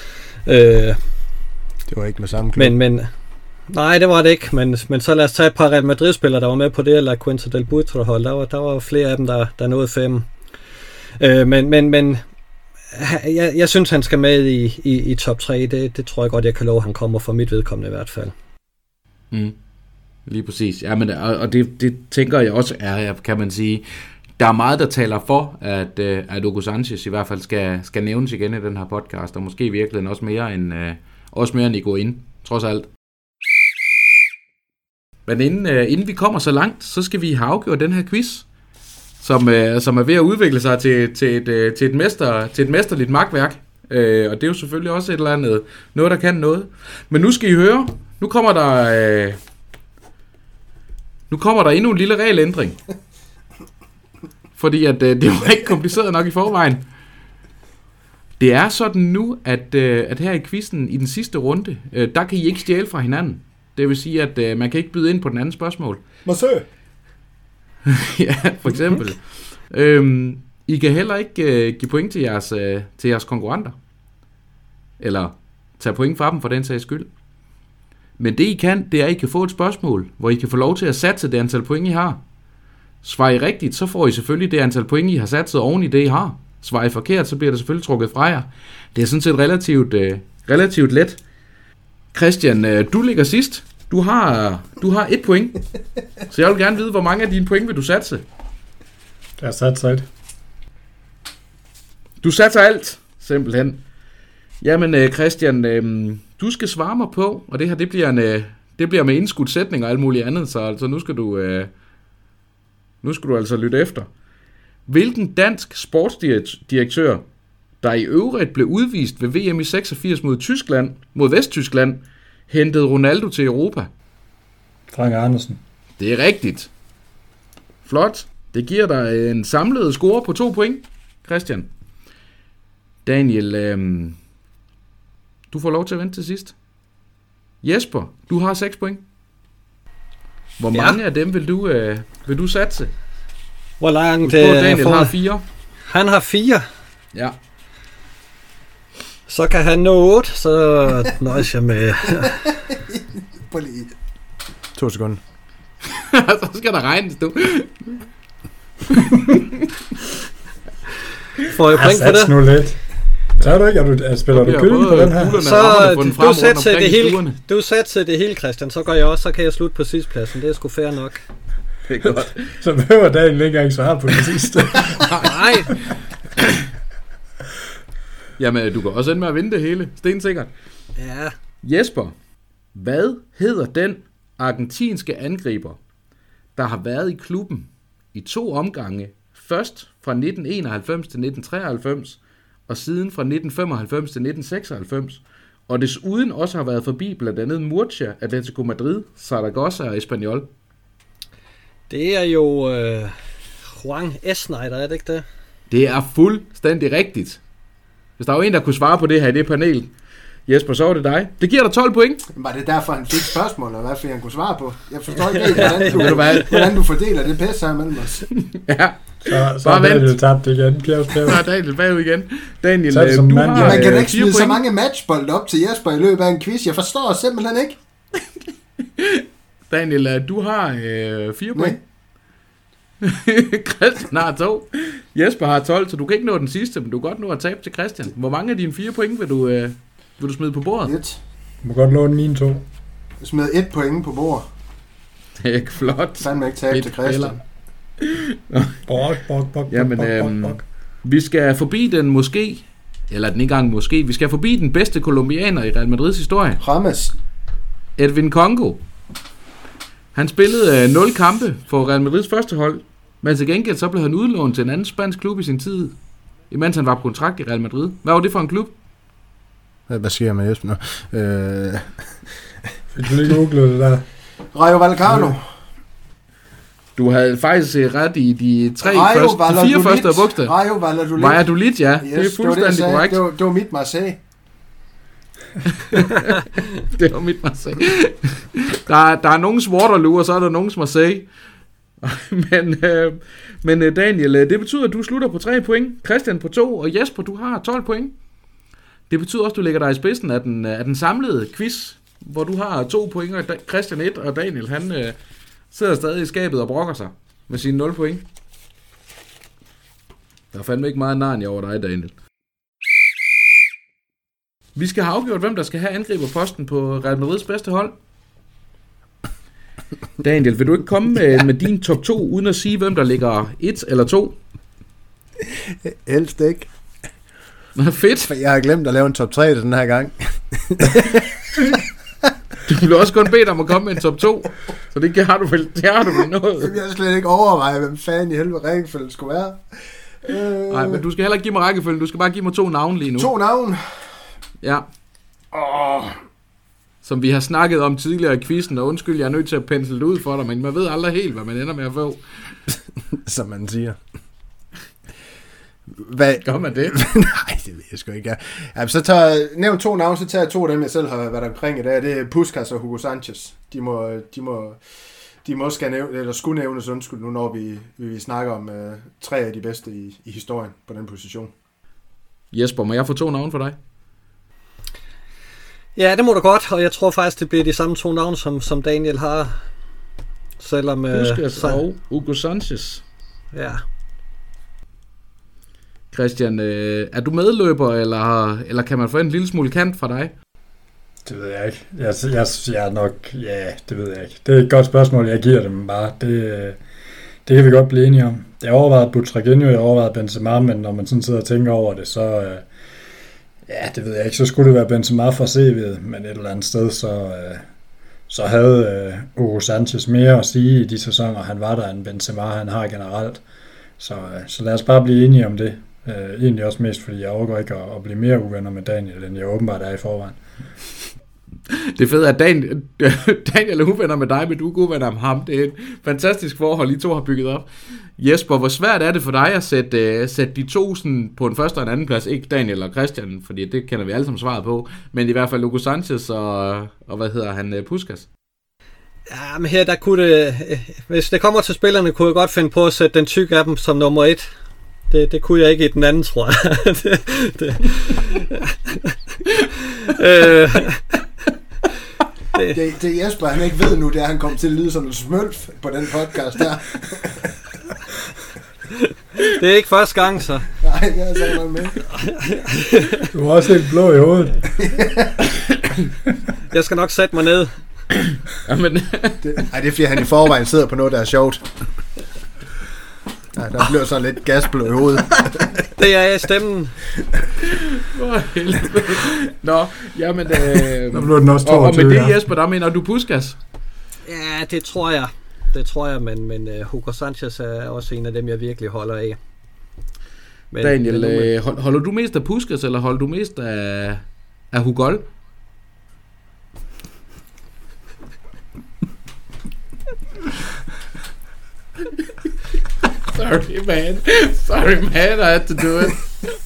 Det var ikke med samme klub. Nej, det var det ikke, men så lad os tage et par Real Madrid-spillere, der var med på det, eller Quinta del Buitro-hold. Der var flere af dem, der nåede 5. Men jeg synes, han skal med i top 3. Det tror jeg godt, jeg kan love, han kommer for mit vedkommende i hvert fald. Lige præcis. Ja, men, og det tænker jeg også er, kan man sige, der er meget, der taler for, at Hugo Sanchez i hvert fald skal nævnes igen i den her podcast, og måske virkelig også mere end Higuaín, trods alt. Men inden vi kommer så langt, så skal vi have afgjort den her quiz, som er ved at udvikle sig til et mesterligt magtværk. Og det er jo selvfølgelig også et eller andet, noget der kan noget. Men nu skal I høre, nu kommer der endnu en lille regelændring. Fordi at det var ikke kompliceret nok i forvejen. Det er sådan nu, at her i quizzen i den sidste runde, der kan I ikke stjæle fra hinanden. Det vil sige, at man kan ikke byde ind på den anden spørgsmål. Monsieur. Ja, for eksempel. I kan heller ikke give point til jeres konkurrenter. Eller tage point fra dem for den sags skyld. Men det I kan, det er, at I kan få et spørgsmål, hvor I kan få lov til at satse det antal point, I har. Svarer I rigtigt, så får I selvfølgelig det antal point, I har satset oven i det, I har. Svarer I forkert, så bliver det selvfølgelig trukket fra jer. Det er sådan set relativt let. Christian, du ligger sidst. Du har 1 point. Så jeg vil gerne vide, hvor mange af dine point vil du satse? Jeg satser 1. Du satser alt, simpelthen. Jamen, Christian, du skal svare mig på, og det her, det bliver med indskudt sætning og alt muligt andet, så altså, nu skal du altså lytte efter. Hvilken dansk sportsdirektør, der i øvrigt blev udvist ved VM i 86 mod Vesttyskland, hentede Ronaldo til Europa? Frank Andersen. Det er rigtigt. Flot. Det giver dig en samlet score på 2 point, Christian. Daniel, du får lov til at vente til sidst. Jesper, du har 6 point. Hvor mange af dem vil du satse? Hvor langt? Daniel har 4. Han har 4. Ja. Så kan han nå 8, så nøjes jeg med... På lige 2 sekunder. Så skal der regnes, du. Får jeg point for det? Nu lidt. Så er du ikke, spiller du kylling på den her? Så du satser det hele, Christian, så går jeg også, så kan jeg slutte på sidstpladsen. Det er sgu fair nok. Det er godt. Så behøver Daniel ikke engang svare på det sidste. Nej. Jamen, du kan også ende med at vinde det hele. Stensikkert. Ja. Jesper, hvad hedder den argentinske angriber, der har været i klubben i 2 omgange, først fra 1991 til 1993, og siden fra 1995 til 1996, og desuden også har været forbi blandt andet Murcia, Atletico Madrid, Zaragoza og Espanyol? Det er jo Juan Esneider, er det ikke det? Det er fuldstændig rigtigt. Hvis der var en, der kunne svare på det her i det panel, Jesper, så var det dig. Det giver dig 12 point. Var det derfor, han fik spørgsmål, eller hvad fordi han kunne svare på? Jeg forstår ikke, hvordan du fordeler det pisse her mellem os. Ja. Så er Daniel tabt igen. Så er Daniel bagud igen. Daniel, du har... Man kan da ikke smide så mange matchbold op til Jesper i løbet af en quiz. Jeg forstår simpelthen ikke. Daniel, du har 4 point. Christian har 2. Jesper har 12, så du kan ikke nå den sidste, men du kan godt nå at tabe til Christian. Hvor mange af dine 4 point vil du smide på bordet? 1. Du må godt låne mine 2. smed 1 point på bord. Det er ikke flot. Fandme ikke tabe til Christian. Bok. Vi skal forbi den måske, eller den ikke engang måske, vi skal forbi den bedste kolumbianer i Real Madrids historie. Rames. Edwin Congo. Han spillede 0 kampe for Real Madrids første hold, men til gengæld så blev han udlånt til en anden spansk klub i sin tid, imens han var på kontrakt i Real Madrid. Hvad var det for en klub? Hvad sker jeg med Jesper nu? Fik du lige googlet det der? Rayo Vallecano. Du havde faktisk ret i de 4 første bogstaver. Rayo Valladolid. Valladolid, ja. Yes, det er fuldstændig korrekt. Det var mit Marseille. Det var mit Marseille. Der er nogens Waterloo, og så er der nogens Marseille. men Daniel, det betyder, at du slutter på 3 point, Christian på 2, og Jesper, du har 12 point. Det betyder også, at du lægger dig i spidsen af den samlede quiz, hvor du har 2 point, og Christian 1, og Daniel, han sidder stadig i skabet og brokker sig med sine 0 point. Der er fandme ikke meget Narnia over dig, Daniel. Vi skal have afgjort, hvem der skal have angriberposten på Real Madrids bedste hold. Daniel, vil du ikke komme med din top 2, uden at sige, hvem der ligger 1 eller 2? Helst ikke. Fedt. Jeg har glemt at lave en top 3 den her gang. Du bliver også kun bedt om at komme med en top 2, så det har du vel noget. Jeg har slet ikke overvejet, hvem fanden i helvede rækkefølgen skulle være. Nej, men du skal heller ikke give mig rækkefølgen, du skal bare give mig 2 navne lige nu. 2 navne? Ja. Som vi har snakket om tidligere i quizzen, og undskyld, jeg er nødt til at pensle det ud for dig, men man ved aldrig helt, hvad man ender med at få. Som man siger. Gør man det? Nej, det ved jeg sgu ikke. Ja, så nævn 2 navne, så tager jeg 2 af dem, jeg selv har været omkring i dag. Det er Puskas og Hugo Sanchez. De må skulle nævnes, undskyld, nu når vi snakker om 3 af de bedste i historien på den position. Jesper, må jeg få 2 navne for dig? Ja, det må du godt, og jeg tror faktisk, det bliver de samme 2 navne, som Daniel har. Selvom... Puskas og Hugo Sanchez. Ja. Christian, er du medløber, eller kan man få en lille smule kant fra dig? Det ved jeg ikke. Jeg er nok... Ja, det ved jeg ikke. Det er et godt spørgsmål, jeg giver dem bare. Det kan vi godt blive enige om. Jeg overvejede Butragueño, jeg overvejede Benzema, men når man sådan sidder og tænker over det, så... ja, det ved jeg ikke. Så skulle det være Benzema fra CV'et, men et eller andet sted, så havde Hugo Sanchez mere at sige i de sæsoner, han var der, end Benzema han har generelt. Så lad os bare blive enige om det. Egentlig også mest, fordi jeg overgår ikke at blive mere uvenner med Daniel, end jeg åbenbart er i forvejen. Det er fedt, at Daniel er uvenner med dig, men du er uvenner med ham. Det er et fantastisk forhold, I to har bygget op. Jesper, hvor svært er det for dig at sætte de 2 sådan, på en første og en anden plads? Ikke Daniel og Christian, fordi det kender vi alle sammen svaret på, men i hvert fald Hugo Sanchez og hvad hedder han, Puskas? Ja, men her der kunne det... Hvis det kommer til spillerne, kunne jeg godt finde på at sætte den tykke af dem som nummer 1. Det kunne jeg ikke i den anden, tror jeg. Det Jesper, han ikke ved nu, det er, at han kommer til at lyde som en smølf på den podcast der. Det er ikke første gang, så. Nej, det er så noget med. Du er også helt blå i hovedet. Jeg skal nok sætte mig ned. Jamen. Det er fordi, han i forvejen sidder på noget, der er sjovt. Nej, der bliver så lidt gasblå i hovedet. Det er i stemmen. Nå, jamen... Der blev den også 22, og med det, Jesper, der mener du Puskas? Ja, det tror jeg. Det tror jeg, men Hugo Sanchez er også en af dem, jeg virkelig holder af. Men, Daniel, holder du mest af Puskas, eller holder du mest af Hugol? Sorry man, I had to do it.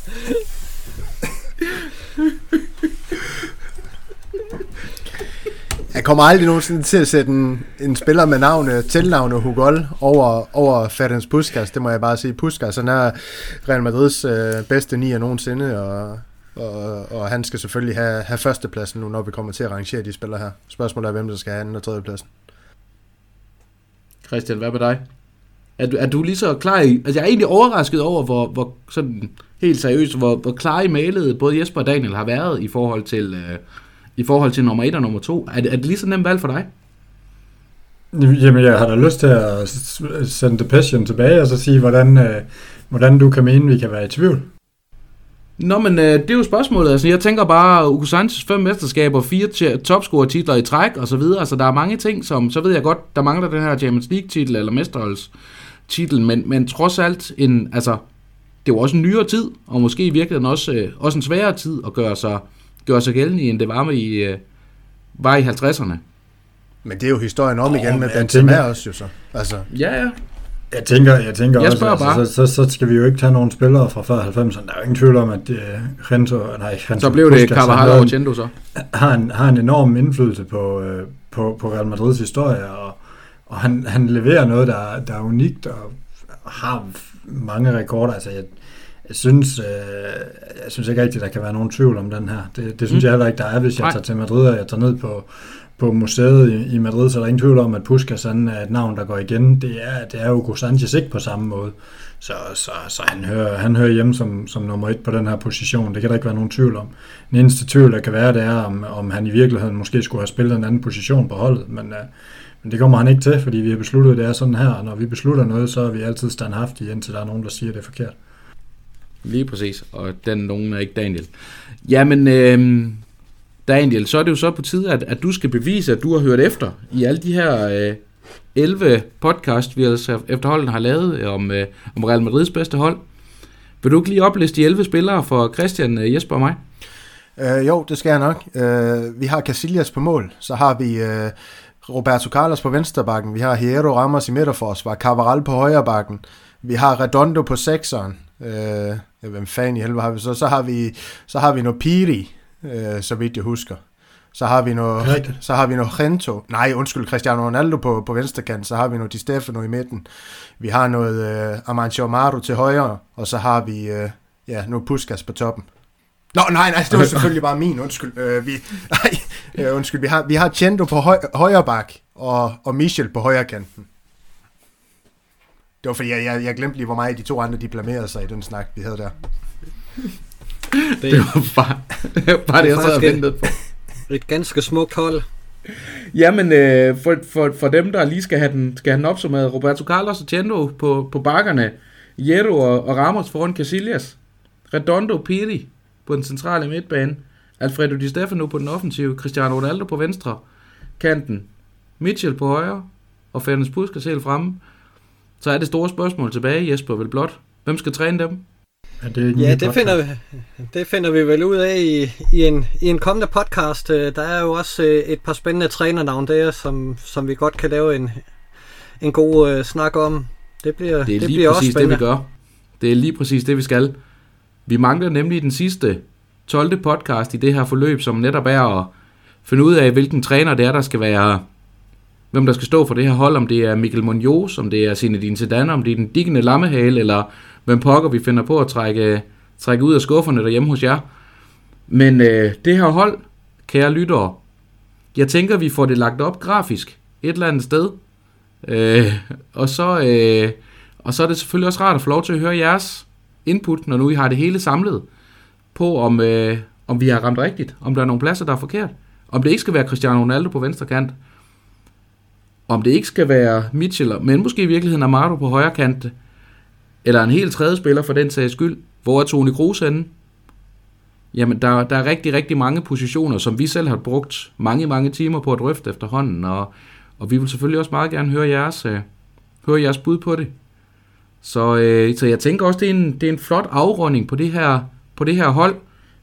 Jeg kommer aldrig nogensinde til at sætte en spiller med tilnavnet Hugol over Ferenc Puskas. Det må jeg bare sige. Puskas, han er Real Madrids bedste 9'er nogensinde, og han skal selvfølgelig have førstepladsen nu, når vi kommer til at rangere de spillere her. Spørgsmålet er, hvem der skal have anden og tredjepladsen. Christian, hvad med dig? Er du lige så klar i... Altså, jeg er egentlig overrasket over, hvor sådan helt seriøst, hvor klar i mailet både Jesper og Daniel har været i forhold til i forhold til nummer 1 og nummer 2. Er det lige så nemt valg for dig? Jamen, jeg har da lyst til at sende Depechen tilbage og så sige, hvordan du kan mene, vi kan være i tvivl. Nå, men det er jo spørgsmålet. Altså, jeg tænker bare, Hugo Sanchez 5 mesterskaber, 4 topscorer-titler i træk og så videre. Altså, der er mange ting, som, så ved jeg godt, der mangler den her Champions League-titel eller mesterholdstitel, men trods alt, det er jo også en nyere tid, og måske i virkeligheden også en sværere tid at gøre sig gældende, end det var i 50'erne. Men det er jo historien om igen med Benzema også jo så. Altså. Ja. Jeg tænker også, altså, så skal vi jo ikke tage nogle spillere fra før 90'erne. Der er jo ingen tvivl om, at Renzo, så blev det Carvajal og Chendo så. Har en enorm indflydelse på Real Madrids historie, og han leverer noget, der er unikt, og har mange rekorder. Altså, jeg synes ikke rigtigt, der kan være nogen tvivl om den her. Det synes jeg heller ikke, der er, hvis jeg tager til Madrid, og jeg tager ned på museet i Madrid, så er der ingen tvivl om, at Puskas er et navn, der går igen. Det er jo Hugo Sanchez ikke på samme måde. Så han hører hjemme som nummer 1 på den her position. Det kan der ikke være nogen tvivl om. Den eneste tvivl, der kan være, det er, om han i virkeligheden måske skulle have spillet en anden position på holdet. Men det kommer han ikke til, fordi vi har besluttet, at det er sådan her. Og når vi beslutter noget, så er vi altid standhaftige, indtil der er nogen, der siger, at det er forkert. Lige præcis, og den nogen er ikke Daniel. Jamen, Daniel, så er det jo så på tide, at du skal bevise, at du har hørt efter i alle de her 11 podcast, vi altså efterhånden har lavet om Real Madrids bedste hold. Vil du ikke lige opliste de 11 spillere for Christian, Jesper og mig? Jo, det skal jeg nok. Vi har Casillas på mål, så har vi Roberto Carlos på venstrebakken, vi har Hierro Ramos i midterforsvar, Carvajal på højrebakken, vi har Redondo på sekseren. Hvem fanden i helvede har vi så? Så har vi noget Piri, så vidt jeg husker. Så har vi noget Gento. Nej, undskyld, Cristiano Ronaldo på venstrekant. Så har vi noget Di Stefano i midten. Vi har noget Amancio Amaro til højre, og så har vi noget Puskas på toppen. Nej, det var selvfølgelig bare min, undskyld. Vi har Chendo på højre bak og Michel på højre kanten. Det var fordi, jeg glemte lige, hvor meget de to andre de blamerede sig i den snak, vi havde der. Det var bare det, jeg sad og ventede på. Et ganske smukt hold. Jamen, for dem, der lige skal have den opsummeret, Roberto Carlos og Chendo på bakkerne, Hierro og Ramos foran Casillas, Redondo, Piri på den centrale midtbane, Alfredo Di Stefano på den offensive, Cristiano Ronaldo på venstre kanten, Mitchell på højre, og Ferenc Puskas helt fremme. Så er det store spørgsmål tilbage, Jesper, vel blot. Hvem skal træne dem? Det finder vi vel ud af i en kommende podcast. Der er jo også et par spændende trænernavn der, som vi godt kan lave en god snak om. Det bliver også spændende. Det, vi gør. Det er lige præcis det, vi skal. Vi mangler nemlig den sidste 12. podcast i det her forløb, som netop er at finde ud af, hvilken træner det er, der skal være, hvem der skal stå for det her hold, om det er Mikel Munoz, om det er Zinedine Zidane, om det er den diggende lammehale, eller hvem pokker vi finder på at trække ud af skufferne derhjemme hos jer. Men det her hold, kære lyttere, jeg tænker, vi får det lagt op grafisk et eller andet sted. Og så er det selvfølgelig også rart at få lov til at høre jeres input, når nu I har det hele samlet, på om vi har ramt rigtigt, om der er nogle pladser, der er forkert, om det ikke skal være Cristiano Ronaldo på venstre kant, om det ikke skal være Mitchell, men måske i virkeligheden Amado på højre kant, eller en helt tredje spiller for den sags skyld. Hvor er Toni Kroos henne? Jamen, der er rigtig, rigtig mange positioner, som vi selv har brugt mange timer på at drøfte efterhånden, og vi vil selvfølgelig også meget gerne høre jeres bud på det. Så jeg tænker også, det er en flot afrunding på det her hold.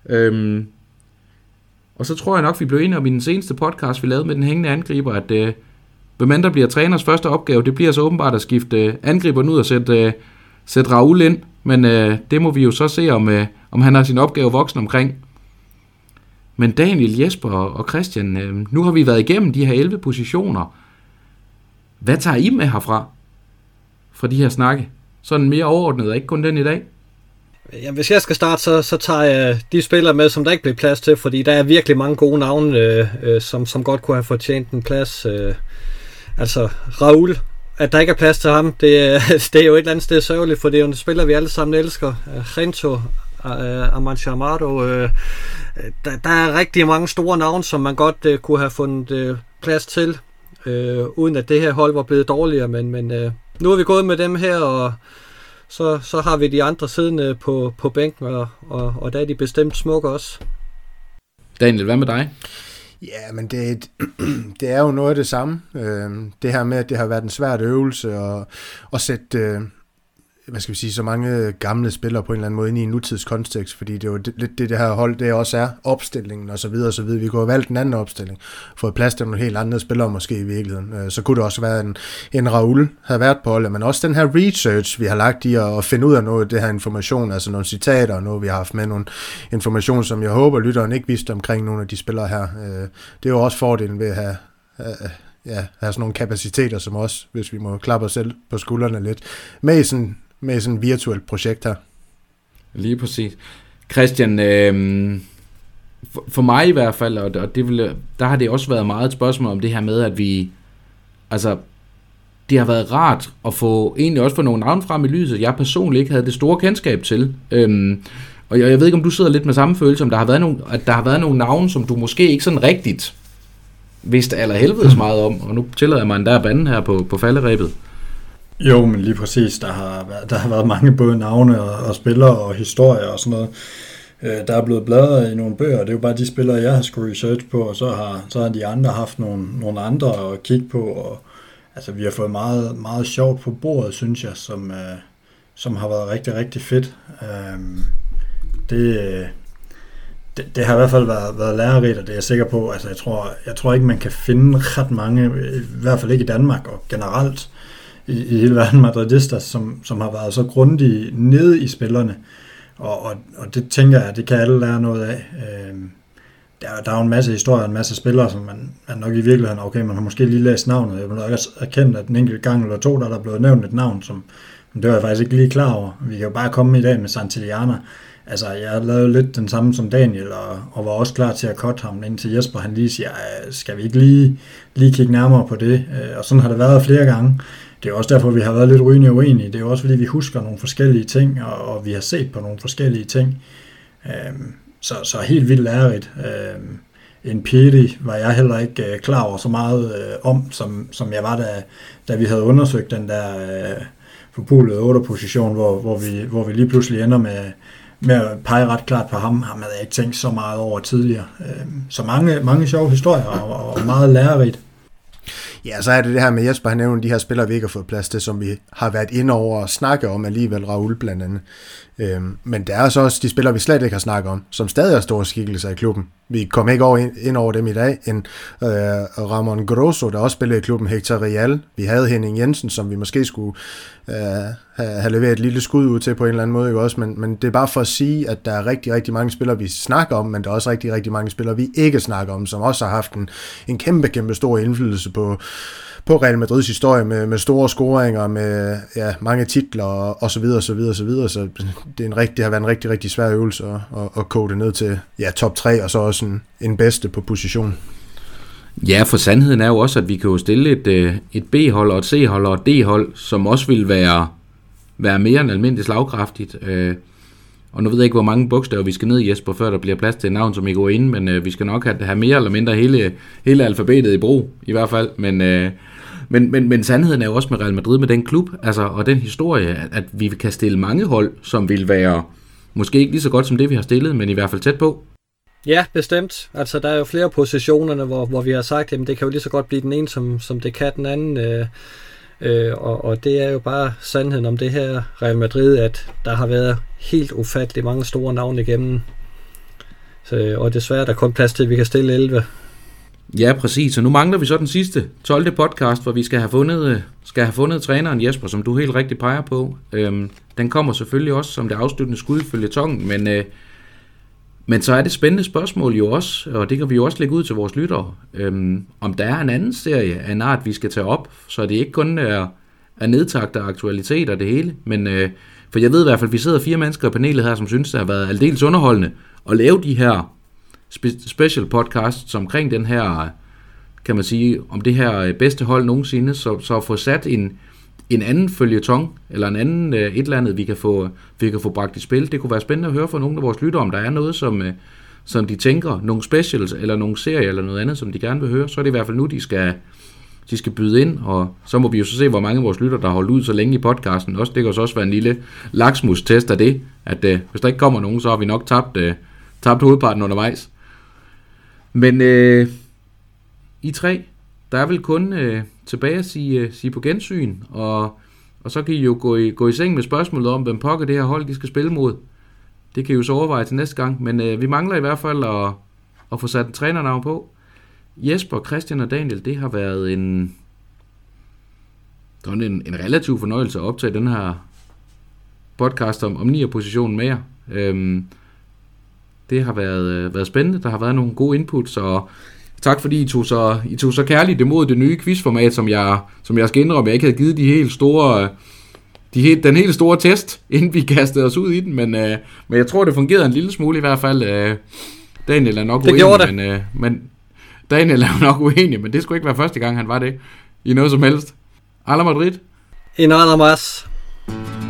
Og så tror jeg nok, vi blev enige om i den seneste podcast, vi lavede med den hængende angriber, at hvem end der bliver træners første opgave, det bliver så åbenbart at skifte angriberen ud og sætte Raul ind, men det må vi jo så se, om han har sin opgave voksen omkring. Men Daniel, Jesper og Christian, nu har vi været igennem de her 11 positioner. Hvad tager I med herfra? Fra de her snakke? Sådan mere overordnet, ikke kun den i dag? Ja, hvis jeg skal starte, så tager jeg de spillere med, som der ikke bliver plads til, fordi der er virkelig mange gode navne, som godt kunne have fortjent en plads. Altså Raul, at der ikke er plads til ham, det er jo et eller andet sted sørgeligt, for det er jo en spiller, vi alle sammen elsker. Gento, Amancio Amado. Der er rigtig mange store navne, som man godt kunne have fundet plads til, uden at det her hold var blevet dårligere, men nu er vi gået med dem her, og så har vi de andre siddende på bænken, og der er de bestemt smukke også. Daniel, hvad med dig? Ja, men det er jo noget af det samme. Det her med, at det har været en svær øvelse at sætte så mange gamle spillere på en eller anden måde ind i en nutidskontekst, fordi det er jo lidt det her hold, det også er opstillingen og så videre og så videre. Vi kunne have valgt en anden opstilling, fået plads til nogle helt andre spillere måske i virkeligheden. Så kunne det også være en Raul havde været på holdet, men også den her research, vi har lagt i at finde ud af noget af det her information, altså nogle citater og noget, vi har haft med, nogle information, som jeg håber, lytteren ikke vidste omkring nogle af de spillere her. Det er jo også fordelen ved at have sådan nogle kapaciteter som os, hvis vi må klappe os selv på skuldrene lidt, med sådan et virtuelt projekt her. Lige præcis. Christian, for mig i hvert fald, og der har det også været meget et spørgsmål om det her med, at det har været rart at egentlig også få nogle navne frem i lyset, jeg personligt ikke havde det store kendskab til. Og jeg ved ikke, om du sidder lidt med samme følelse, om der har været nogle navne, som du måske ikke sådan rigtigt vidste allerhelvedes meget om, og nu tillader jeg mig en der banden her på falderæbet. Jo, men lige præcis. Der har været mange både navne og spillere og historier og sådan noget. Der er blevet bladret i nogle bøger, det er jo bare de spillere, jeg har skulle research på, og så har de andre haft nogle andre at kigge på. Og, altså, vi har fået meget, meget sjovt på bordet, synes jeg, som har været rigtig, rigtig fedt. Det har i hvert fald været lærerigt, og det er jeg sikker på. Altså, jeg tror ikke, man kan finde ret mange, i hvert fald ikke i Danmark og generelt, i hele verden madridistas, som har været så grundige nede i spillerne, og det tænker jeg, det kan alle lære noget af. Der er jo en masse historier, en masse spillere, som man nok i virkeligheden, okay, man har måske lige læst navnet, jeg vil nok også erkende, at den enkelte gang eller to, der er blevet nævnt et navn, som det var jeg faktisk ikke lige klar over. Vi kan jo bare komme i dag med Santillana. Altså, jeg lavede lidt den samme som Daniel, og var også klar til at cutte ham, indtil Jesper han lige siger, skal vi ikke lige kigge nærmere på det? Og sådan har det været flere gange. Det er også derfor, vi har været lidt rygende uenige. Det er jo også fordi, vi husker nogle forskellige ting, og vi har set på nogle forskellige ting. Så helt vildt lærerigt. En Piri var jeg heller ikke klar over så meget om, som jeg var, da vi havde undersøgt den der forpulede 8-position, hvor vi lige pludselig ender med at pege ret klart på ham. Ham havde jeg ikke tænkt så meget over tidligere. Så mange sjove historier, og meget lærerigt. Ja, så er det her med Jesper, han nævner de her spillere, vi ikke har fået plads til, som vi har været inde over og snakke om alligevel, Raul blandt andet. Men der er så også de spillere, vi slet ikke har snakket om, som stadig er store skikkelser i klubben. Vi kom ikke ind over dem i dag. Ramon Grosso, der også spillede i klubben, Hector Real. Vi havde Henning Jensen, som vi måske skulle have leveret et lille skud ud til på en eller anden måde, ikke også? Men det er bare for at sige, at der er rigtig, rigtig mange spillere, vi snakker om, men der er også rigtig, rigtig mange spillere, vi ikke snakker om, som også har haft en kæmpe stor indflydelse på Real Madrids historie med store scoringer, med mange titler og så videre, så videre, så videre. Så det har været en rigtig, rigtig svær øvelse at koge det ned til top 3, og så også en bedste på position. Ja, for sandheden er jo også, at vi kan jo stille et B-hold og et C-hold og et D-hold, som også vil være mere end almindeligt slagkraftigt. Og nu ved jeg ikke, hvor mange bogstaver vi skal ned i, Jesper, før der bliver plads til et navn, som I går ind, men vi skal nok have mere eller mindre hele alfabetet i brug, i hvert fald. Men sandheden er jo også med Real Madrid, med den klub, altså, og den historie, at vi kan stille mange hold, som vil være måske ikke lige så godt som det, vi har stillet, men i hvert fald tæt på. Ja, bestemt. Altså, der er jo flere positionerne, hvor vi har sagt, jamen det kan jo lige så godt blive den ene, som det kan den anden. Og det er jo bare sandheden om det her Real Madrid, at der har været helt ufattelig mange store navne igennem. Og desværre der kun plads til, at vi kan stille 11. Ja, præcis. Og nu mangler vi så den sidste 12. podcast, hvor vi skal have fundet træneren Jesper, som du helt rigtigt peger på. Den kommer selvfølgelig også som det afsluttende skud følge tongen, men så er det spændende spørgsmål jo også, og det kan vi jo også lægge ud til vores lyttere, om der er en anden serie af en art, vi skal tage op, så det ikke kun er nedtagt af aktualitet og det hele, men for jeg ved i hvert fald, at vi sidder 4 mennesker i panelet her, som synes, det har været aldeles underholdende at lave de her special podcasts omkring den her, kan man sige, om det her bedste hold nogensinde, så at få sat en anden føljeton, eller en anden et eller andet, vi kan få bragt i spil. Det kunne være spændende at høre fra nogle af vores lyttere, om der er noget, som de tænker, nogle specials, eller nogle serier, eller noget andet, som de gerne vil høre. Så er det i hvert fald nu, de skal byde ind, og så må vi jo så se, hvor mange af vores lyttere, der har holdt ud så længe i podcasten. Det kan også være en lille laksmus-test af det, at hvis der ikke kommer nogen, så har vi nok tabt hovedparten undervejs. Men I tre, der er vel kun tilbage at sige på gensyn, og så kan I jo gå i seng med spørgsmålet om, hvem pokker det her hold, de skal spille mod. Det kan I jo så overveje til næste gang, men vi mangler i hvert fald at få sat en trænernavn på. Jesper, Christian og Daniel, det har været en relativ fornøjelse at optage den her podcast om 9'er-positionen med jer. Det har været spændende, der har været nogle gode inputs, og tak fordi I tog så kærligt imod det nye quizformat, som jeg skal indrømme, jeg ikke havde givet den helt store test, inden vi kastede os ud i den, men jeg tror, det fungerede en lille smule i hvert fald. Daniel er nok uenig, men Daniel er nok uenig, men det skulle ikke være første gang, han var det i noget som helst. Ala Madrid. En nada más.